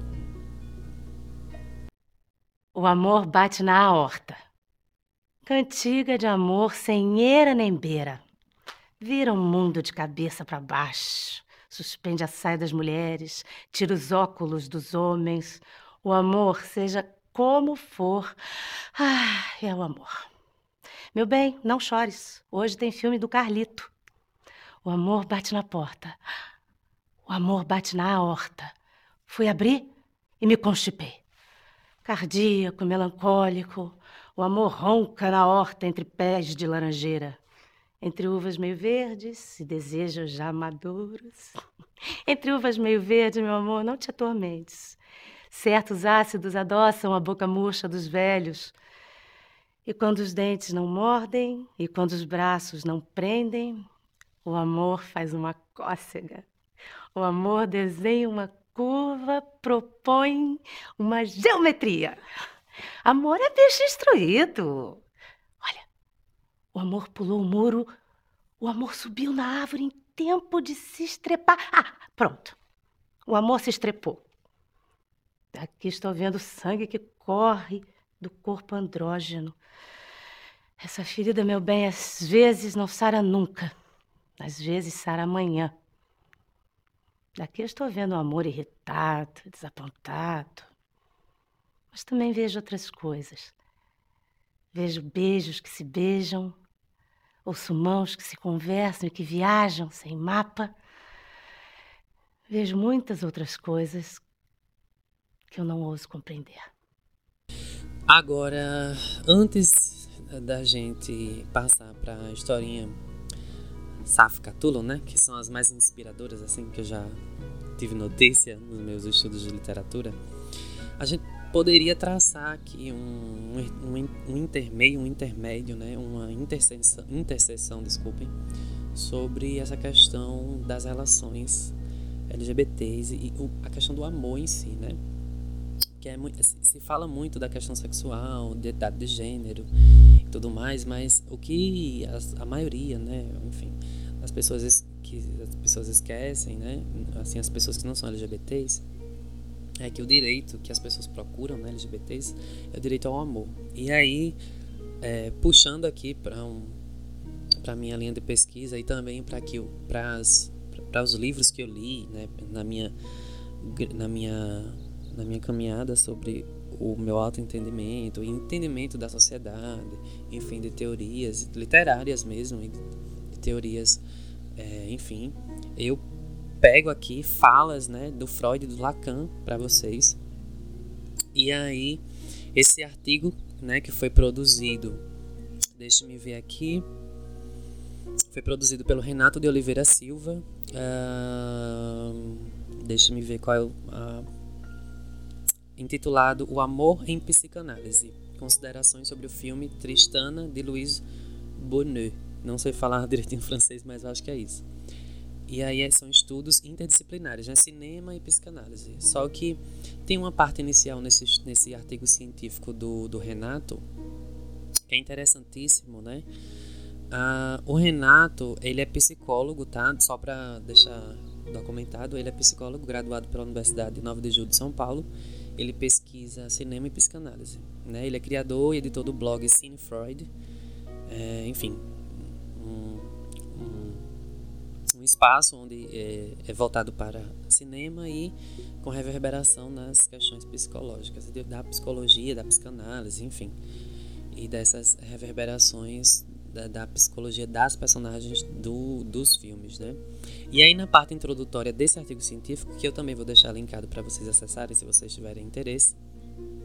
O amor bate na aorta. Cantiga de amor sem eira nem beira. Vira o mundo de cabeça para baixo. Suspende a saia das mulheres, tira os óculos dos homens. O amor, seja como for, é o amor. Meu bem, não chores. Hoje tem filme do Carlito. O amor bate na porta. O amor bate na aorta. Fui abrir e me constipei. Cardíaco, melancólico, o amor ronca na horta entre pés de laranjeira. Entre uvas meio verdes e desejos já maduros. Entre uvas meio verdes, meu amor, não te atormentes. Certos ácidos adoçam a boca murcha dos velhos. E quando os dentes não mordem, e quando os braços não prendem, o amor faz uma cócega. O amor desenha uma curva, propõe uma geometria. Amor é bicho instruído. Olha, o amor pulou o muro, o amor subiu na árvore em tempo de se estrepar. Pronto. O amor se estrepou. Daqui estou vendo o sangue que corre do corpo andrógeno. Essa ferida, meu bem, às vezes não sara nunca. Às vezes sara amanhã. Daqui eu estou vendo o amor irritado, desapontado. Mas também vejo outras coisas. Vejo beijos que se beijam, ouço mãos que se conversam e que viajam sem mapa. Vejo muitas outras coisas que eu não ouso compreender. Agora, antes da gente passar para a historinha Safo Catulo, né, que são as mais inspiradoras, assim, que eu já tive notícia nos meus estudos de literatura, a gente poderia traçar aqui um intermédio, né, uma interseção, sobre essa questão das relações LGBTs e a questão do amor em si, né, que se fala muito da questão sexual, de idade de gênero e tudo mais, mas o que a maioria, né, enfim, as pessoas esquecem, né, assim, as pessoas que não são LGBTs, é que o direito que as pessoas procuram, né, LGBTs, é o direito ao amor. E aí, puxando aqui para a minha linha de pesquisa e também para os livros que eu li, né, na minha caminhada sobre o meu autoentendimento, o entendimento da sociedade, enfim, de teorias literárias mesmo, e de teorias, enfim, eu pego aqui falas, né, do Freud e do Lacan para vocês. E aí, esse artigo, né, que foi produzido, deixa-me ver aqui, foi produzido pelo Renato de Oliveira Silva, deixa-me ver qual é intitulado O Amor em Psicanálise, considerações sobre o filme Tristana, de Louise Bonnet. Não sei falar direito em francês, mas eu acho que é isso. E aí são estudos interdisciplinares, né? Cinema e psicanálise. Só que tem uma parte inicial nesse artigo científico do Renato, que é interessantíssimo, né? O Renato, ele é psicólogo, tá? Só para deixar documentado, ele é psicólogo, graduado pela Universidade 9 de Julho de São Paulo. Ele pesquisa cinema e psicanálise, né? Ele é criador e editor do blog Cine Freud. Enfim, um espaço onde é voltado para cinema e com reverberação nas questões psicológicas, da psicologia, da psicanálise, enfim, e dessas reverberações da psicologia das personagens dos filmes, né? E aí, na parte introdutória desse artigo científico, que eu também vou deixar linkado para vocês acessarem se vocês tiverem interesse,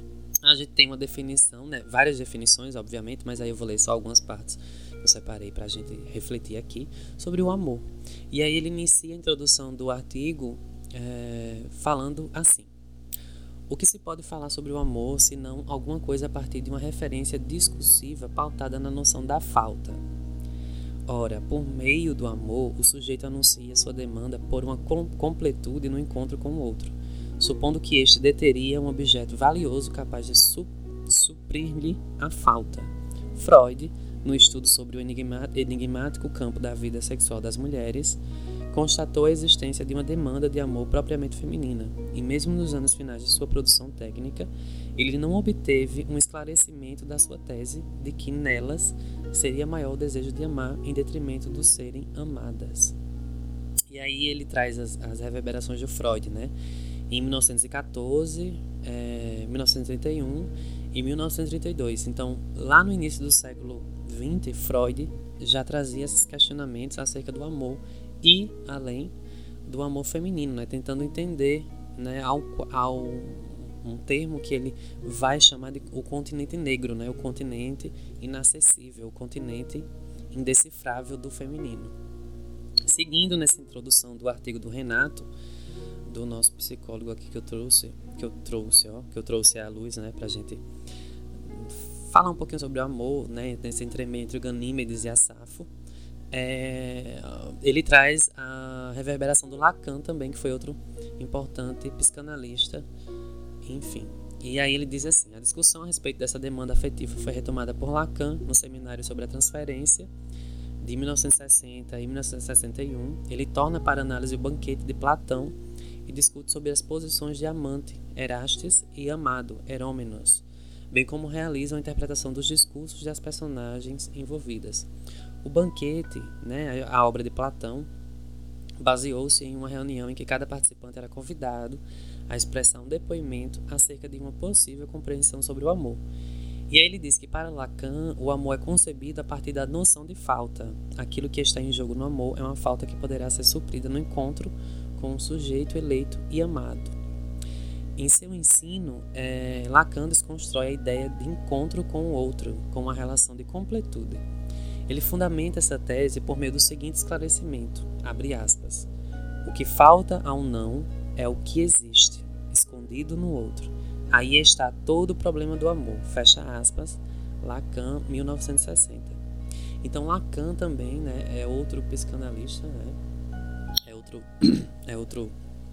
a gente tem uma definição, né? Várias definições, obviamente, mas aí eu vou ler só algumas partes que eu separei para a gente refletir aqui sobre o amor. E aí ele inicia a introdução do artigo falando assim: o que se pode falar sobre o amor, se não alguma coisa a partir de uma referência discursiva pautada na noção da falta? Ora, por meio do amor, o sujeito anuncia sua demanda por uma completude no encontro com o outro, supondo que este deteria um objeto valioso capaz de suprir-lhe a falta. Freud, no estudo sobre o enigmático campo da vida sexual das mulheres, constatou a existência de uma demanda de amor propriamente feminina, e mesmo nos anos finais de sua produção técnica, ele não obteve um esclarecimento da sua tese de que nelas seria maior o desejo de amar em detrimento do serem amadas. E aí ele traz as reverberações de Freud, né? Em 1914, 1931 e 1932. Então, lá no início do século XX, Freud já trazia esses questionamentos acerca do amor e além do amor feminino, né? Tentando entender, né, um termo que ele vai chamar de o continente negro, né? O continente inacessível, o continente indecifrável do feminino. Seguindo nessa introdução do artigo do Renato, do nosso psicólogo aqui que eu trouxe à luz, né, pra gente falar um pouquinho sobre o amor, né, nesse entremeio entre o Ganímedes e a Safo. Ele traz a reverberação do Lacan também, que foi outro importante psicanalista, enfim. E aí ele diz assim: a discussão a respeito dessa demanda afetiva foi retomada por Lacan no seminário sobre a transferência de 1960 e 1961. Ele torna para análise o banquete de Platão e discute sobre as posições de amante, Erastes, e amado, Herômenos, bem como realiza uma interpretação dos discursos das personagens envolvidas. O banquete, né, a obra de Platão, baseou-se em uma reunião em que cada participante era convidado a expressar um depoimento acerca de uma possível compreensão sobre o amor. E aí ele diz que para Lacan o amor é concebido a partir da noção de falta. Aquilo que está em jogo no amor é uma falta que poderá ser suprida no encontro com um sujeito eleito e amado. Em seu ensino, Lacan desconstrói a ideia de encontro com o outro, com uma relação de completude. Ele fundamenta essa tese por meio do seguinte esclarecimento, abre aspas: o que falta a um não é o que existe, escondido no outro. Aí está todo o problema do amor, fecha aspas, Lacan, 1960. Então Lacan também, né, é outro psicanalista, né, é outro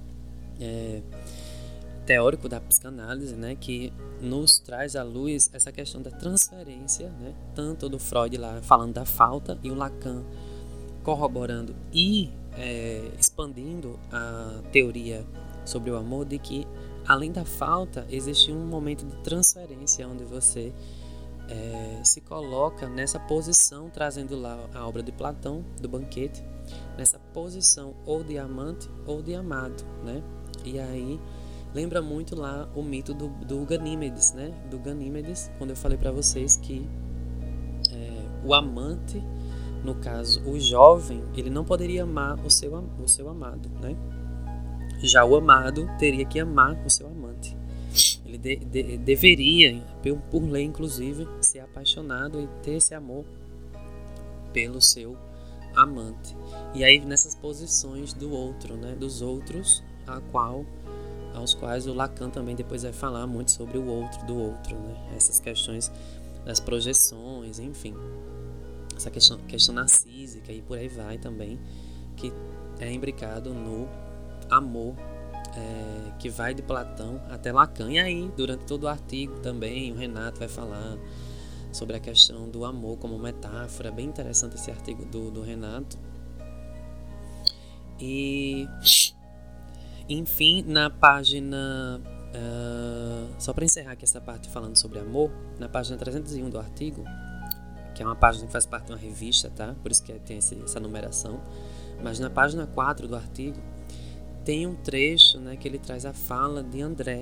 teórico da psicanálise, né, que nos traz à luz essa questão da transferência, né, tanto do Freud lá falando da falta e o Lacan corroborando e expandindo a teoria sobre o amor, de que além da falta existe um momento de transferência onde você se coloca nessa posição, trazendo lá a obra de Platão, do banquete, nessa posição ou de amante ou de amado, né? E aí lembra muito lá o mito do Ganímedes, né? Do Ganímedes, quando eu falei para vocês que o amante, no caso o jovem, ele não poderia amar o seu amado, né? Já o amado teria que amar o seu amante. Ele deveria, por lei inclusive, ser apaixonado e ter esse amor pelo seu amante. E aí nessas posições do outro, né, dos outros, aos quais o Lacan também depois vai falar muito sobre o outro, do outro, né, essas questões das projeções, enfim, essa questão narcísica e por aí vai também, que é imbricado no amor, que vai de Platão até Lacan. E aí, durante todo o artigo também, o Renato vai falar sobre a questão do amor como metáfora. Bem interessante esse artigo do Renato. E, enfim, na página... só para encerrar aqui essa parte falando sobre amor, na página 301 do artigo, que é uma página que faz parte de uma revista, tá? Por isso que tem essa numeração. Mas na página 4 do artigo, tem um trecho, né, que ele traz a fala de André,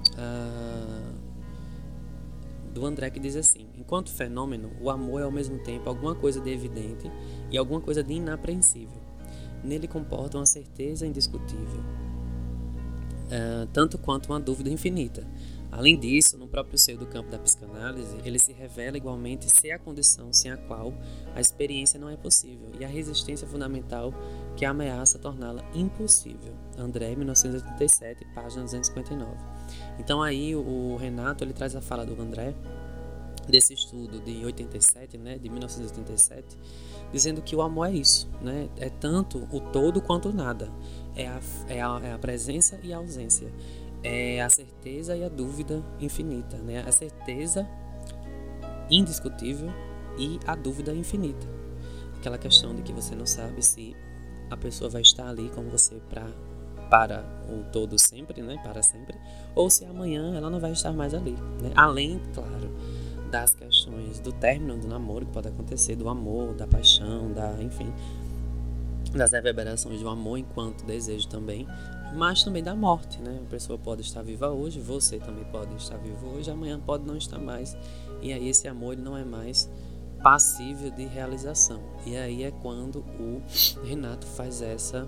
do André, que diz assim: enquanto fenômeno, o amor é ao mesmo tempo alguma coisa de evidente e alguma coisa de inapreensível. Nele comporta uma certeza indiscutível, tanto quanto uma dúvida infinita. Além disso, no próprio seio do campo da psicanálise, ele se revela igualmente ser a condição sem a qual a experiência não é possível e a resistência fundamental que ameaça torná-la impossível. André, 1987, página 259. Então aí o Renato ele traz a fala do André, desse estudo de 87, né, de 1987, dizendo que o amor é isso, né, é tanto o todo quanto o nada, é a presença e a ausência, é a certeza e a dúvida infinita, né, a certeza indiscutível e a dúvida infinita, aquela questão de que você não sabe se a pessoa vai estar ali com você para o todo sempre, né, para sempre, ou se amanhã ela não vai estar mais ali, né, além, claro, das questões do término do namoro que pode acontecer, do amor, da paixão, enfim, das reverberações do amor enquanto desejo também, mas também da morte, né? A pessoa pode estar viva hoje, você também pode estar vivo hoje, amanhã pode não estar mais, e aí esse amor ele não é mais passível de realização. E aí é quando o Renato faz essa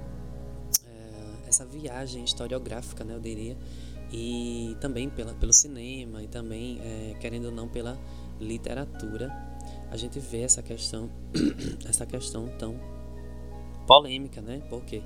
viagem historiográfica, né, eu diria, e também pelo cinema, e também, querendo ou não, pela literatura, a gente vê essa questão tão polêmica, né? Porque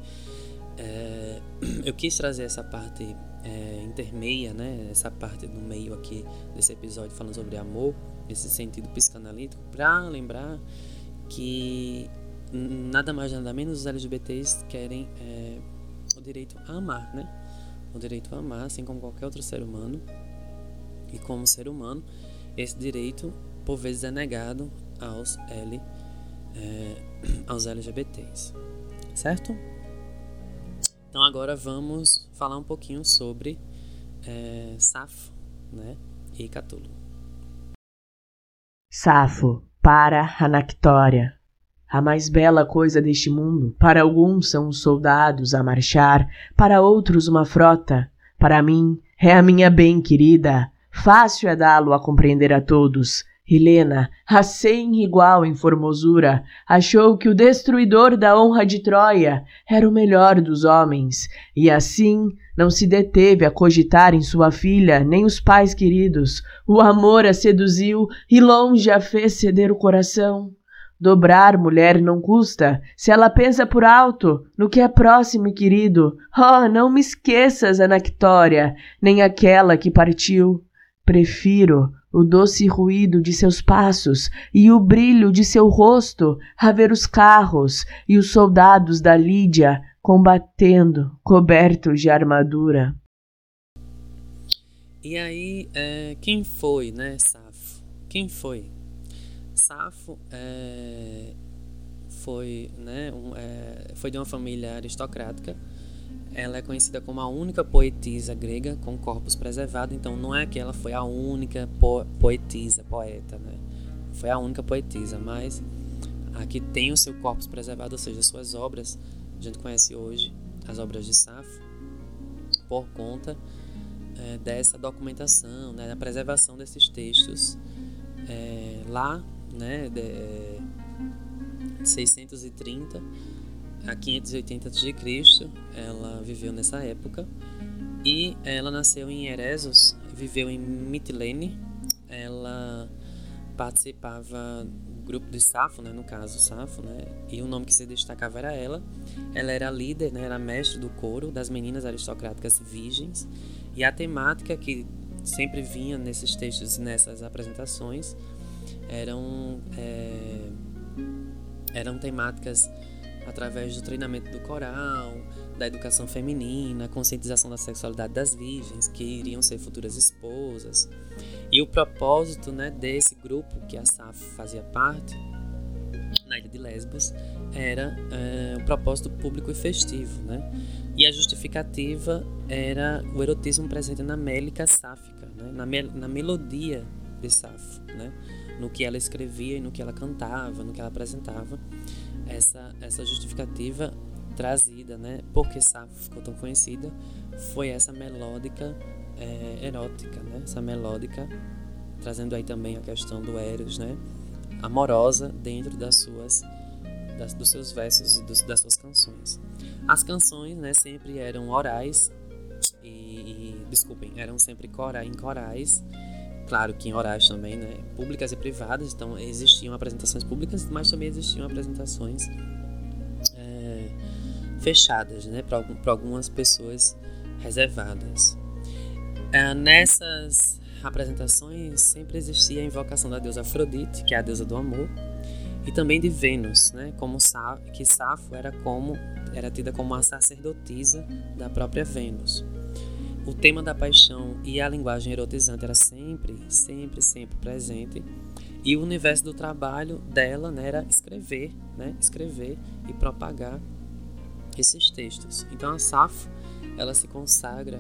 eu quis trazer essa parte intermeia, né? Essa parte no meio aqui desse episódio falando sobre amor, esse sentido psicanalítico, para lembrar que nada mais nada menos os LGBTs querem o direito a amar, né? O direito a amar, assim como qualquer outro ser humano. E como ser humano, esse direito, por vezes, é negado aos LGBTs. Certo? Então, agora vamos falar um pouquinho sobre Safo, né? E Catulo. Safo, para Anactória. A mais bela coisa deste mundo, para alguns são os soldados a marchar, para outros uma frota, para mim é a minha bem querida, fácil é dá-lo a compreender a todos. Helena, a sem igual em formosura, achou que o destruidor da honra de Troia era o melhor dos homens, e assim não se deteve a cogitar em sua filha nem os pais queridos. O amor a seduziu e longe a fez ceder o coração. Dobrar mulher não custa, se ela pensa por alto no que é próximo e querido. Oh, não me esqueças, Anactória, nem aquela que partiu. Prefiro o doce ruído de seus passos e o brilho de seu rosto a ver os carros e os soldados da Lídia combatendo, cobertos de armadura. E aí, quem foi, né, Safo? Quem foi? Safo foi de uma família aristocrática. Ela é conhecida como a única poetisa grega com corpus preservado. Então não é que ela foi a única poeta, né? Foi a única poetisa, mas a que tem o seu corpus preservado, ou seja, suas obras. A gente conhece hoje as obras de Safo por conta dessa documentação, né, da preservação desses textos lá, né, de 630 a 580 a.C. Ela viveu nessa época e ela nasceu em Eresos, viveu em Mitilene. Ela participava do grupo de Safo, né, no caso Safo, né, e o nome que se destacava era ela. Ela era líder, né, era mestre do coro das meninas aristocráticas virgens, e a temática que sempre vinha nesses textos, nessas apresentações, eram temáticas através do treinamento do coral, da educação feminina, conscientização da sexualidade das virgens, que iriam ser futuras esposas. E o propósito, né, desse grupo que a Safo fazia parte, na ilha de Lesbos, era um propósito público e festivo, né? E a justificativa era o erotismo presente na mélica sáfica, né? na melodia de Safo, né? No que ela escrevia e no que ela cantava, no que ela apresentava. Essa justificativa trazida, né, porque Safo ficou tão conhecida, foi essa melódica erótica, né, essa melódica trazendo aí também a questão do Eros, né, amorosa dentro dos seus versos e das suas canções. As canções, né, sempre eram orais e eram sempre em corais, claro que em orais também, né, públicas e privadas, então existiam apresentações públicas, mas também existiam apresentações fechadas, né, para algumas pessoas reservadas. Nessas apresentações sempre existia a invocação da deusa Afrodite, que é a deusa do amor, e também de Vênus, né, que Safo era tida como a sacerdotisa da própria Vênus. O tema da paixão e a linguagem erotizante era sempre presente, e o universo do trabalho dela, né, era escrever e propagar esses textos. Então a Safo, ela se consagra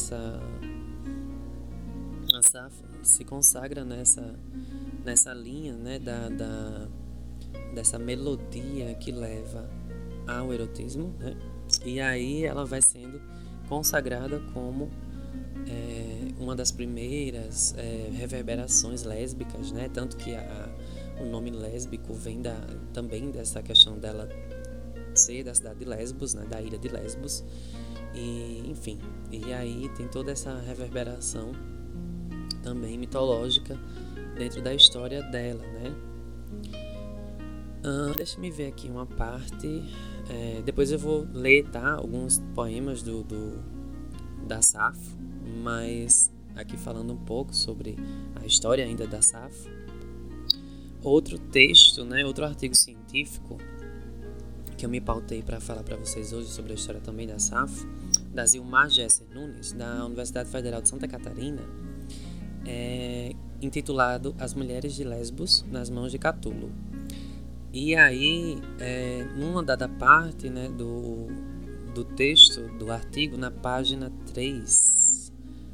nessa linha, né, dessa melodia que leva ao erotismo, né? E aí ela vai sendo consagrada como uma das primeiras reverberações lésbicas, né? Tanto que o nome lésbico vem também dessa questão dela ser da cidade de Lesbos, né? Da ilha de Lesbos, e enfim, e aí tem toda essa reverberação também mitológica dentro da história dela, né? Deixa me ver aqui uma parte. Depois eu vou ler, tá, alguns poemas da Safo, mas aqui falando um pouco sobre a história ainda da Safo. Outro texto, né, outro artigo científico que eu me pautei para falar para vocês hoje sobre a história também da Safo, da Zilmar Gesser Nunes, da Universidade Federal de Santa Catarina, intitulado As Mulheres de Lesbos nas Mãos de Catulo. E aí, numa dada parte, né, do texto, do artigo, na página 3,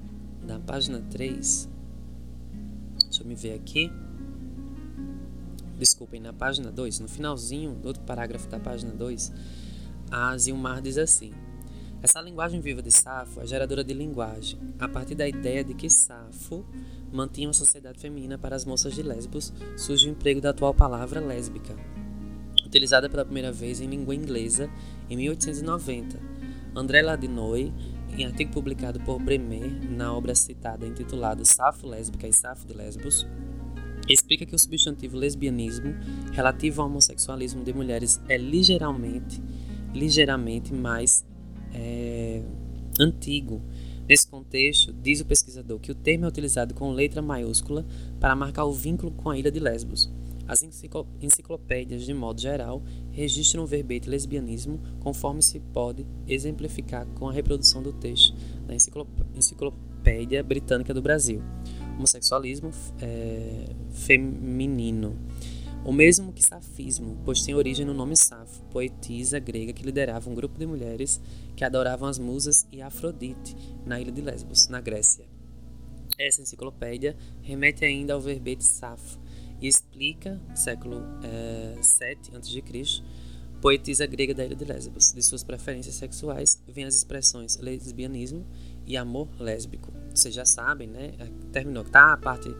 deixa eu me ver aqui, desculpem, na página 2, no finalzinho do outro parágrafo da página 2, a Zilmar diz assim: essa linguagem viva de Safo é geradora de linguagem, a partir da ideia de que Safo mantinha uma sociedade feminina para as moças de Lesbos, surge o emprego da atual palavra lésbica, utilizada pela primeira vez em língua inglesa em 1890. André Ladinoy, em artigo publicado por Bremer na obra citada intitulada Safo Lésbica e Safo de Lesbos, explica que o substantivo lesbianismo, relativo ao homossexualismo de mulheres, é ligeiramente mais antigo. Nesse contexto, diz o pesquisador que o termo é utilizado com letra maiúscula para marcar o vínculo com a ilha de Lesbos. As enciclopédias, de modo geral, registram o verbete lesbianismo conforme se pode exemplificar com a reprodução do texto da Enciclopédia Britânica do Brasil. Homossexualismo feminino. O mesmo que safismo, pois tem origem no nome Safo, poetisa grega que liderava um grupo de mulheres que adoravam as musas e Afrodite na ilha de Lesbos, na Grécia. Essa enciclopédia remete ainda ao verbete Safo e explica, século VII a.C., poetisa grega da ilha de Lesbos. De suas preferências sexuais vêm as expressões lesbianismo e amor lésbico. Vocês já sabem, né? Terminou, tá? A parte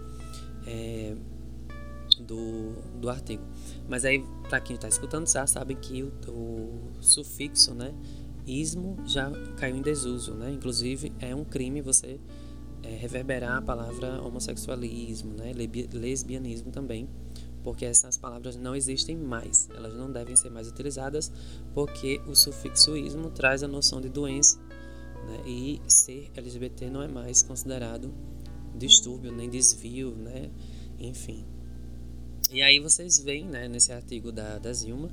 do artigo. Mas aí, para quem está escutando, já sabem que o sufixo, né, ismo, já caiu em desuso, né? Inclusive, é um crime você reverberar a palavra homossexualismo, né? Lesbianismo também, porque essas palavras não existem mais. Elas não devem ser mais utilizadas, porque o sufixo ismo traz a noção de doença, né? E ser LGBT não é mais considerado distúrbio, nem desvio, né? Enfim. E aí vocês veem, né, nesse artigo da Zilma,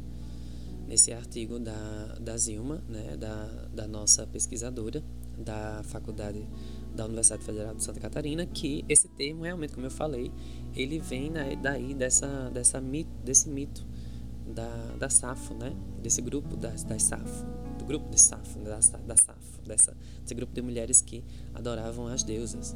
né, da nossa pesquisadora da faculdade da Universidade Federal de Santa Catarina, que esse termo realmente, como eu falei, ele vem, né, daí desse mito da Safo, né, desse grupo das Safo, do grupo de Safo, da Safo, desse grupo de mulheres que adoravam as deusas.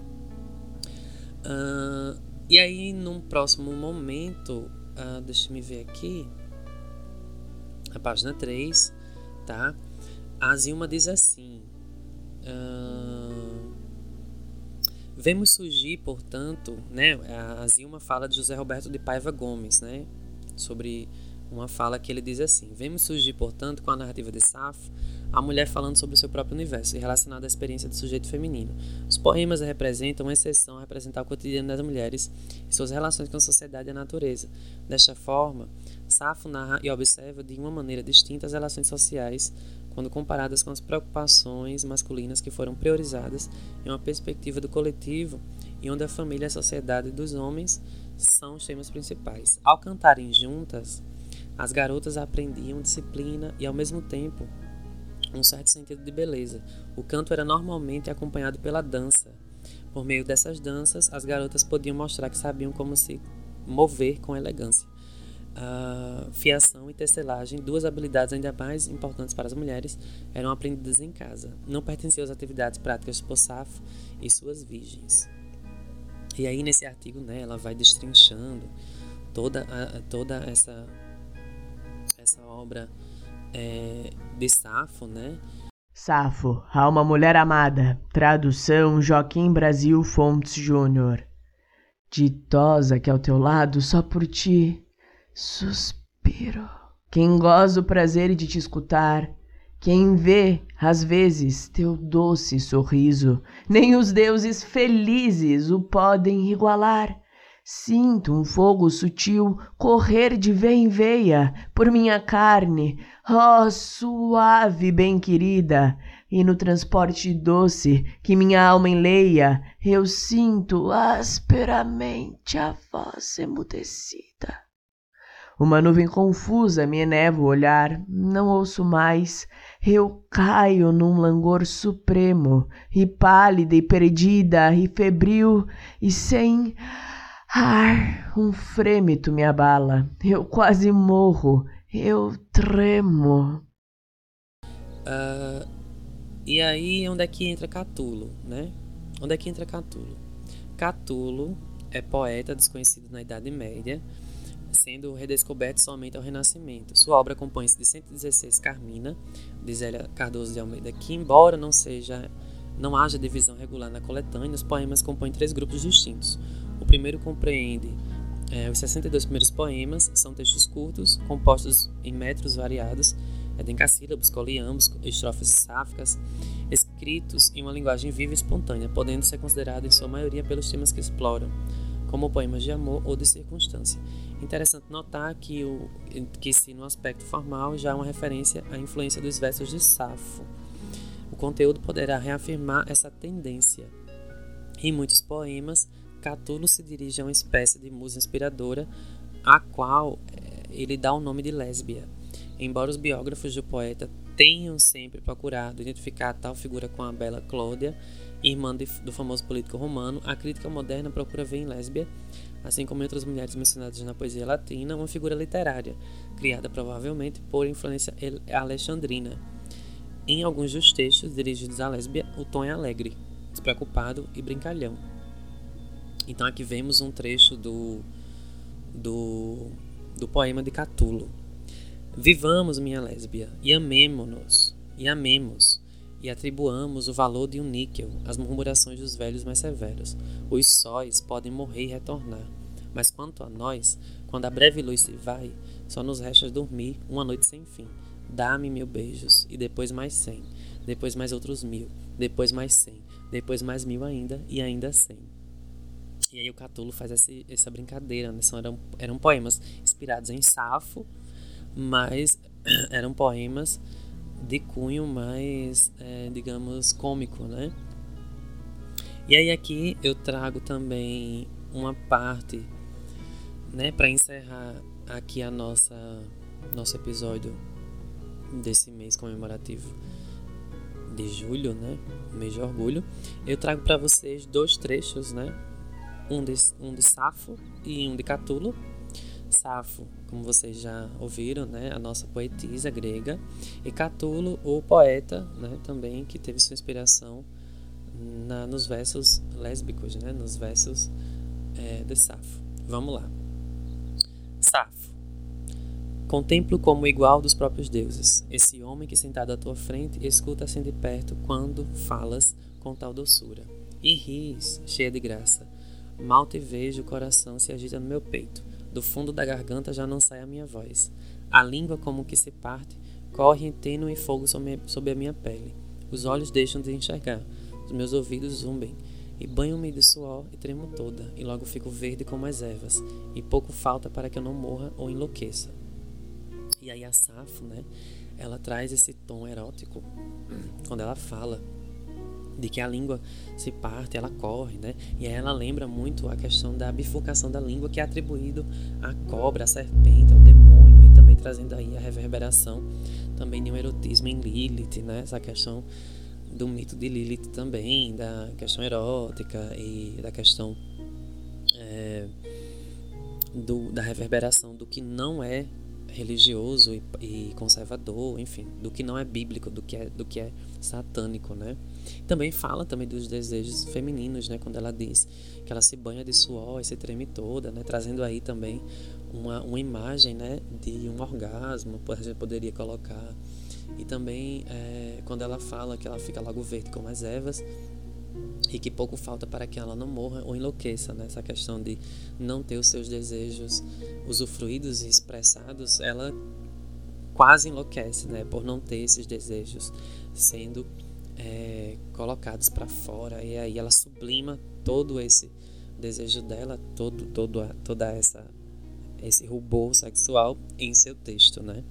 E aí, num próximo momento, deixa eu me ver aqui, a página 3, tá? A Zilma diz assim: vemos surgir, portanto, né? A Zilma fala de José Roberto de Paiva Gomes, né? Sobre uma fala que ele diz assim: vemos surgir, portanto, com a narrativa de Safo, a mulher falando sobre o seu próprio universo e relacionada à experiência do sujeito feminino. Os poemas representam uma exceção a representar o cotidiano das mulheres e suas relações com a sociedade e a natureza. Desta forma, Safo narra e observa de uma maneira distinta as relações sociais quando comparadas com as preocupações masculinas que foram priorizadas em uma perspectiva do coletivo e onde a família e a sociedade dos homens são os temas principais. Ao cantarem juntas, as garotas aprendiam disciplina e, ao mesmo tempo, um certo sentido de beleza. O canto era normalmente acompanhado pela dança. Por meio dessas danças, as garotas podiam mostrar que sabiam como se mover com elegância. Fiação e tecelagem, duas habilidades ainda mais importantes para as mulheres, eram aprendidas em casa. Não pertenciam às atividades práticas por Safo e suas virgens. E aí, nesse artigo, né, ela vai destrinchando toda essa obra de Safo, né? Safo, a uma mulher amada. Tradução Joaquim Brasil Fontes Júnior. Ditosa que ao teu lado, só por ti, suspiro. Quem goza o prazer de te escutar, quem vê, às vezes, teu doce sorriso, nem os deuses felizes o podem igualar. Sinto um fogo sutil correr de veia em veia por minha carne, ó suave bem-querida, e no transporte doce que minha alma enleia, eu sinto asperamente a voz emudecida. Uma nuvem confusa me eneva o olhar, não ouço mais, eu caio num langor supremo, e pálida e perdida e febril, e sem ar, um frêmito me abala, eu quase morro, eu tremo. E aí, onde é que entra Catulo, né? Onde é que entra Catulo? Catulo é poeta desconhecido na Idade Média, sendo redescoberto somente ao Renascimento. Sua obra compõe-se de 116 Carmina, de Zélia Cardoso de Almeida, que, embora não haja divisão regular na coletânea, os poemas compõem 3 grupos distintos. O primeiro compreende os 62 primeiros poemas, são textos curtos, compostos em metros variados, decassílabos, coliambos, estrofes sáficas, escritos em uma linguagem viva e espontânea, podendo ser considerado em sua maioria pelos temas que exploram, como poemas de amor ou de circunstância. Interessante notar que se no aspecto formal já há uma referência à influência dos versos de Safo. O conteúdo poderá reafirmar essa tendência. Em muitos poemas, Catulo se dirige a uma espécie de musa inspiradora, a qual ele dá o nome de Lésbia. Embora os biógrafos do poeta tenham sempre procurado identificar tal figura com a bela Clódia, irmã do famoso político romano, a crítica moderna procura ver em Lésbia, assim como em outras mulheres mencionadas na poesia latina, uma figura literária, criada provavelmente por influência alexandrina. Em alguns dos textos dirigidos a Lésbia, o tom é alegre, despreocupado e brincalhão. Então aqui vemos um trecho do poema de Catulo. Vivamos, minha Lésbia, e amemo-nos, e amemos, e atribuamos o valor de um níquel às murmurações dos velhos mais severos. Os sóis podem morrer e retornar, mas quanto a nós, quando a breve luz se vai, só nos resta dormir uma noite sem fim. Dá-me 1000 beijos, e depois mais 100, depois mais outros 1000, depois mais 100, depois mais 1000 ainda, e ainda 100. E aí o Catulo faz essa brincadeira, né? Eram poemas inspirados em Safo, mas eram poemas de cunho mais, digamos, cômico, né? E aí aqui eu trago também uma parte, né, para encerrar aqui nosso episódio desse mês comemorativo de julho, né, mês de orgulho. Eu trago para vocês 2 trechos, né? Um de Safo e um de Catulo. Safo, como vocês já ouviram, né, a nossa poetisa grega, e Catulo, o poeta, né, também, que teve sua inspiração nos versos lésbicos, né, nos versos de Safo. Vamos lá. Safo. Contemplo como igual dos próprios deuses esse homem que sentado à tua frente escuta assim de perto quando falas com tal doçura. E ris, cheia de graça. Mal te vejo, o coração se agita no meu peito. Do fundo da garganta já não sai a minha voz. A língua, como que se parte, corre em tênue fogo sob a minha pele. Os olhos deixam de enxergar, os meus ouvidos zumbem, e banho-me de suor e tremo toda, e logo fico verde como as ervas, e pouco falta para que eu não morra ou enlouqueça. E aí a Safo, né, ela traz esse tom erótico quando ela fala de que a língua se parte, ela corre, né? E aí ela lembra muito a questão da bifurcação da língua, que é atribuído à cobra, à serpente, ao demônio, e também trazendo aí a reverberação também de um erotismo em Lilith, né? Essa questão do mito de Lilith também, da questão erótica e da questão da reverberação do que não é religioso e conservador, enfim, do que não é bíblico, do que é satânico, né? Também fala também dos desejos femininos, né? Quando ela diz que ela se banha de suor e se treme toda, né? Trazendo aí também uma imagem, né? De um orgasmo, a gente poderia colocar. E também quando ela fala que ela fica logo verde como as ervas e que pouco falta para que ela não morra ou enlouqueça, né? Essa questão de não ter os seus desejos usufruídos e expressados, ela quase enlouquece, né? Por não ter esses desejos sendo colocados para fora, e aí ela sublima todo esse desejo dela, toda esse rubor sexual em seu texto, né?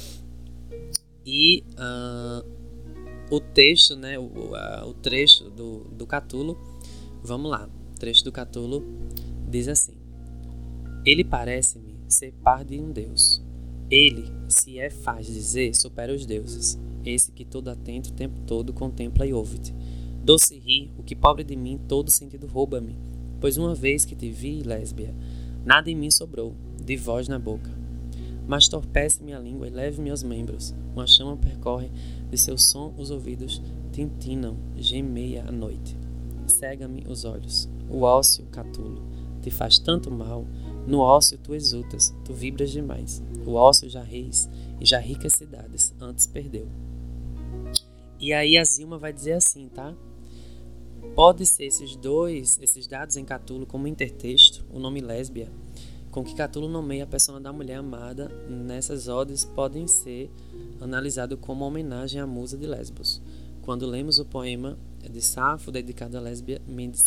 E o texto, né, o trecho do Catulo, vamos lá, o trecho do Catulo diz assim: ele parece-me ser par de um deus, ele, se faz dizer, supera os deuses, esse que todo atento o tempo todo contempla e ouve-te. Doce ri, o que pobre de mim todo sentido rouba-me, pois uma vez que te vi, lésbia, nada em mim sobrou, de voz na boca. Mas torpece-me a língua e leve-me aos membros, uma chama percorre de seu som os ouvidos, tintinam, gemeia a noite. Cega-me os olhos, o ócio, Catulo, te faz tanto mal, no ócio tu exultas, tu vibras demais, o ócio já reis e já ricas cidades antes perdeu. E aí a Zilma vai dizer assim, tá? Pode ser esses dados em Catulo como intertexto, o nome lésbia, com que Catulo nomeia a persona da mulher amada nessas odes, podem ser analisados como homenagem à musa de Lesbos. Quando lemos o poema de Safo dedicado à lésbia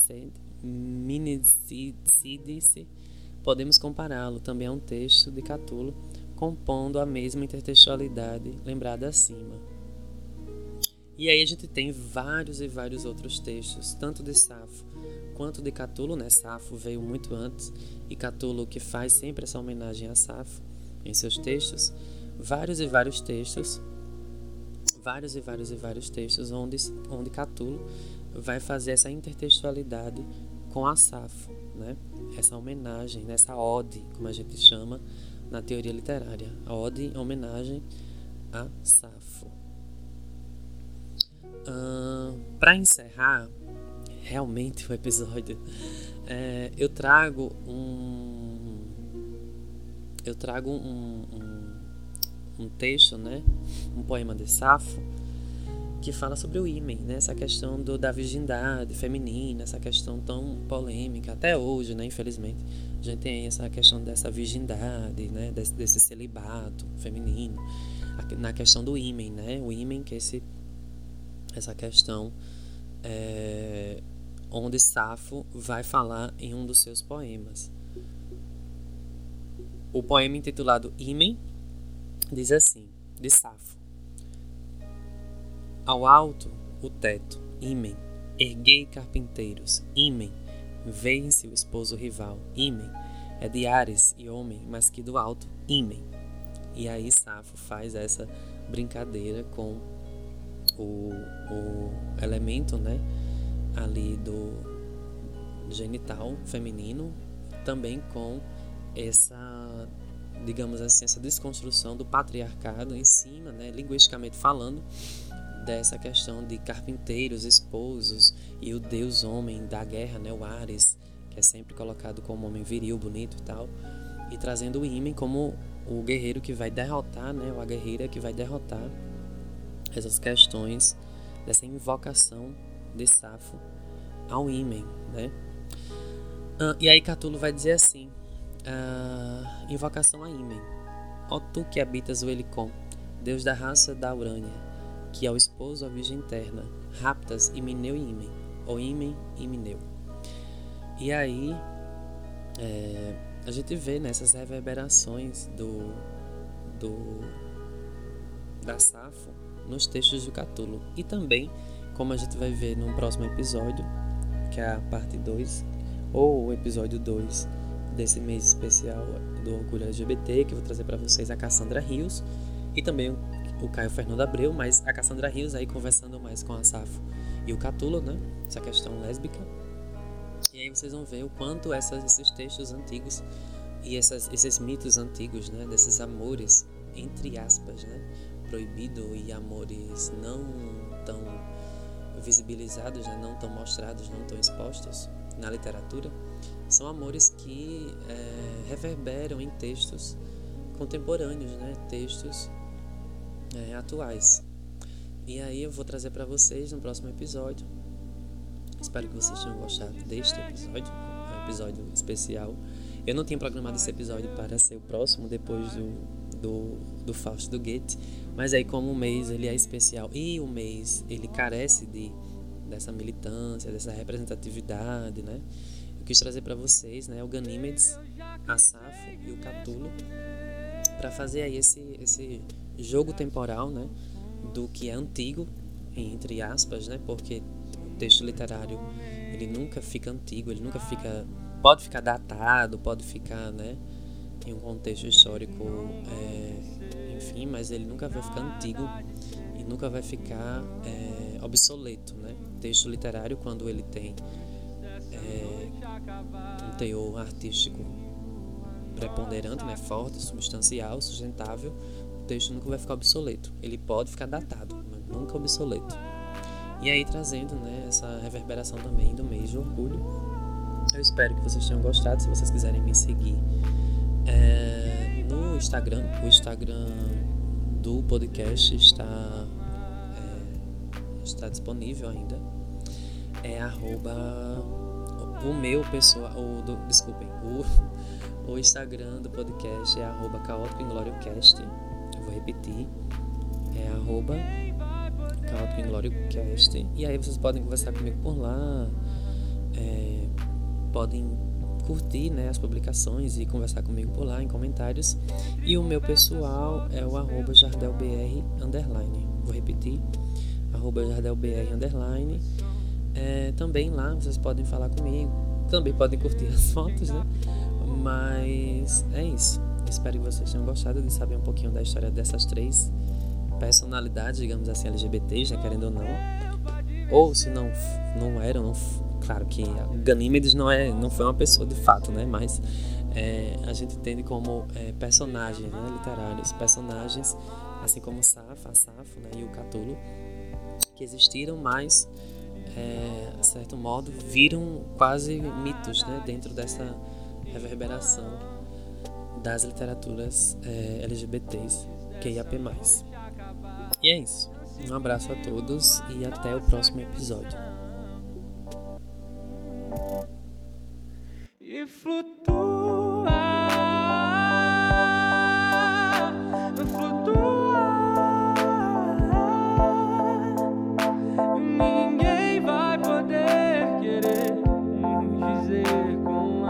Minicídice, podemos compará-lo também a um texto de Catulo, compondo a mesma intertextualidade lembrada acima. E aí a gente tem vários e vários outros textos, tanto de Safo quanto de Catulo, né? Safo veio muito antes, e Catulo que faz sempre essa homenagem a Safo em seus textos, vários e vários textos onde Catulo vai fazer essa intertextualidade com a Safo, né? Essa homenagem, essa ode, como a gente chama na teoria literária, a ode em homenagem a Safo. Para encerrar realmente o episódio, eu trago um texto, né, um poema de Safo que fala sobre o ímen, né, essa questão da virgindade feminina, essa questão tão polêmica até hoje, né, infelizmente a gente tem essa questão dessa virgindade, né, desse celibato feminino, na questão do ímen, né, o ímen que é essa questão onde Safo vai falar em um dos seus poemas. O poema intitulado Ímen diz assim, de Safo: ao alto o teto, ímen, erguei carpinteiros, ímen, veem-se o esposo rival, ímen, é de Ares e homem, mas que do alto, ímen. E aí Safo faz essa brincadeira com o elemento, né, ali do genital feminino, também com essa, digamos assim, essa desconstrução do patriarcado em cima, né, linguisticamente falando, dessa questão de carpinteiros, esposos e o deus homem da guerra, né, o Ares, que é sempre colocado como homem viril, bonito e tal, e trazendo o ímen como o guerreiro que vai derrotar, né, ou a guerreira que vai derrotar essas questões dessa invocação de Safo ao ímen, né? E aí Catulo vai dizer assim, Invocação a Ímen. Ó tu que habitas o Helicon, Deus da raça da Urânia, que ao esposo a virgem terna, raptas Himeneu e Ímen, ou Ímen e Himeneu. E aí a gente vê nessas reverberações da Safo nos textos do Catulo. E também, como a gente vai ver no próximo episódio, que é a parte 2, ou o episódio 2 desse mês especial do Orgulho LGBT, que eu vou trazer para vocês a Cassandra Rios e também o Caio Fernando Abreu, mas a Cassandra Rios aí conversando mais com a Safo e o Catulo, né? Essa questão lésbica. E aí vocês vão ver o quanto esses textos antigos e esses mitos antigos, né? Desses amores, entre aspas, né? Proibido e amores não tão visibilizados, né? Não tão mostrados, não tão expostos na literatura, são amores que reverberam em textos contemporâneos, né? Textos atuais. E aí eu vou trazer para vocês no próximo episódio. Espero que vocês tenham gostado deste episódio, um episódio especial. Eu não tinha programado esse episódio para ser o próximo, depois do Fausto do Goethe, mas aí como o mês ele é especial e o mês ele carece dessa militância, dessa representatividade, né? Eu quis trazer para vocês, né, o Ganímedes, a Safo e o Catulo, para fazer aí esse jogo temporal, né, do que é antigo, entre aspas, né, porque o texto literário ele nunca fica antigo, ele nunca fica, pode ficar datado, pode ficar, né, em um contexto histórico, enfim, mas ele nunca vai ficar antigo e nunca vai ficar obsoleto, né? O texto literário, quando ele tem um teor artístico preponderante, né, forte, substancial, sustentável, o texto nunca vai ficar obsoleto. Ele pode ficar datado, mas nunca obsoleto. E aí trazendo, né, essa reverberação também do mês de orgulho. Eu espero que vocês tenham gostado. Se vocês quiserem me seguir no Instagram, o Instagram do podcast está disponível ainda. É arroba o meu pessoal, o Instagram do podcast é arroba Caótico Inglóriocast. Eu vou repetir, é arroba Caótico Inglóriocast. E aí vocês podem conversar comigo por lá, podem curtir, né, as publicações e conversar comigo por lá em comentários. E o meu pessoal é o arroba JardelBR_. Vou repetir, arroba JardelBR_. Também lá vocês podem falar comigo, também podem curtir as fotos, né? Mas é isso. Espero que vocês tenham gostado de saber um pouquinho da história dessas 3 personalidades, digamos assim, LGBTs, né, querendo ou não. Ou se não eram, claro que Ganímedes não foi uma pessoa de fato, né? Mas a gente entende como personagens, né, literários, personagens, assim como a Safo, né, e o Catulo, que existiram, mas de certo modo viram quase mitos, né, dentro dessa reverberação das literaturas LGBTs, QIAP+. E é isso. Um abraço a todos e até o próximo episódio. E flutua, ninguém vai poder querer nos dizer como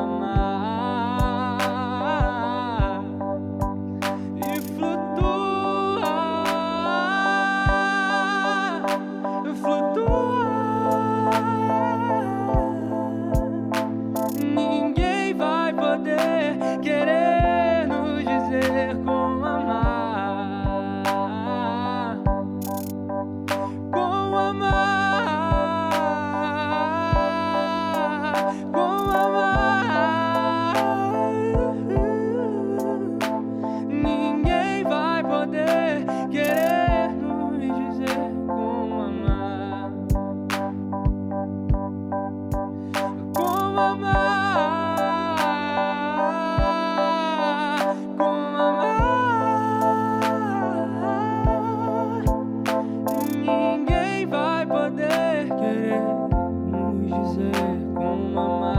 amar. E flutua, ninguém vai poder querer nos dizer como amar. Como amar, como amar. Ninguém vai poder querer nos dizer como amar. Como amar, como amar. Ninguém vai poder querer nos dizer como amar.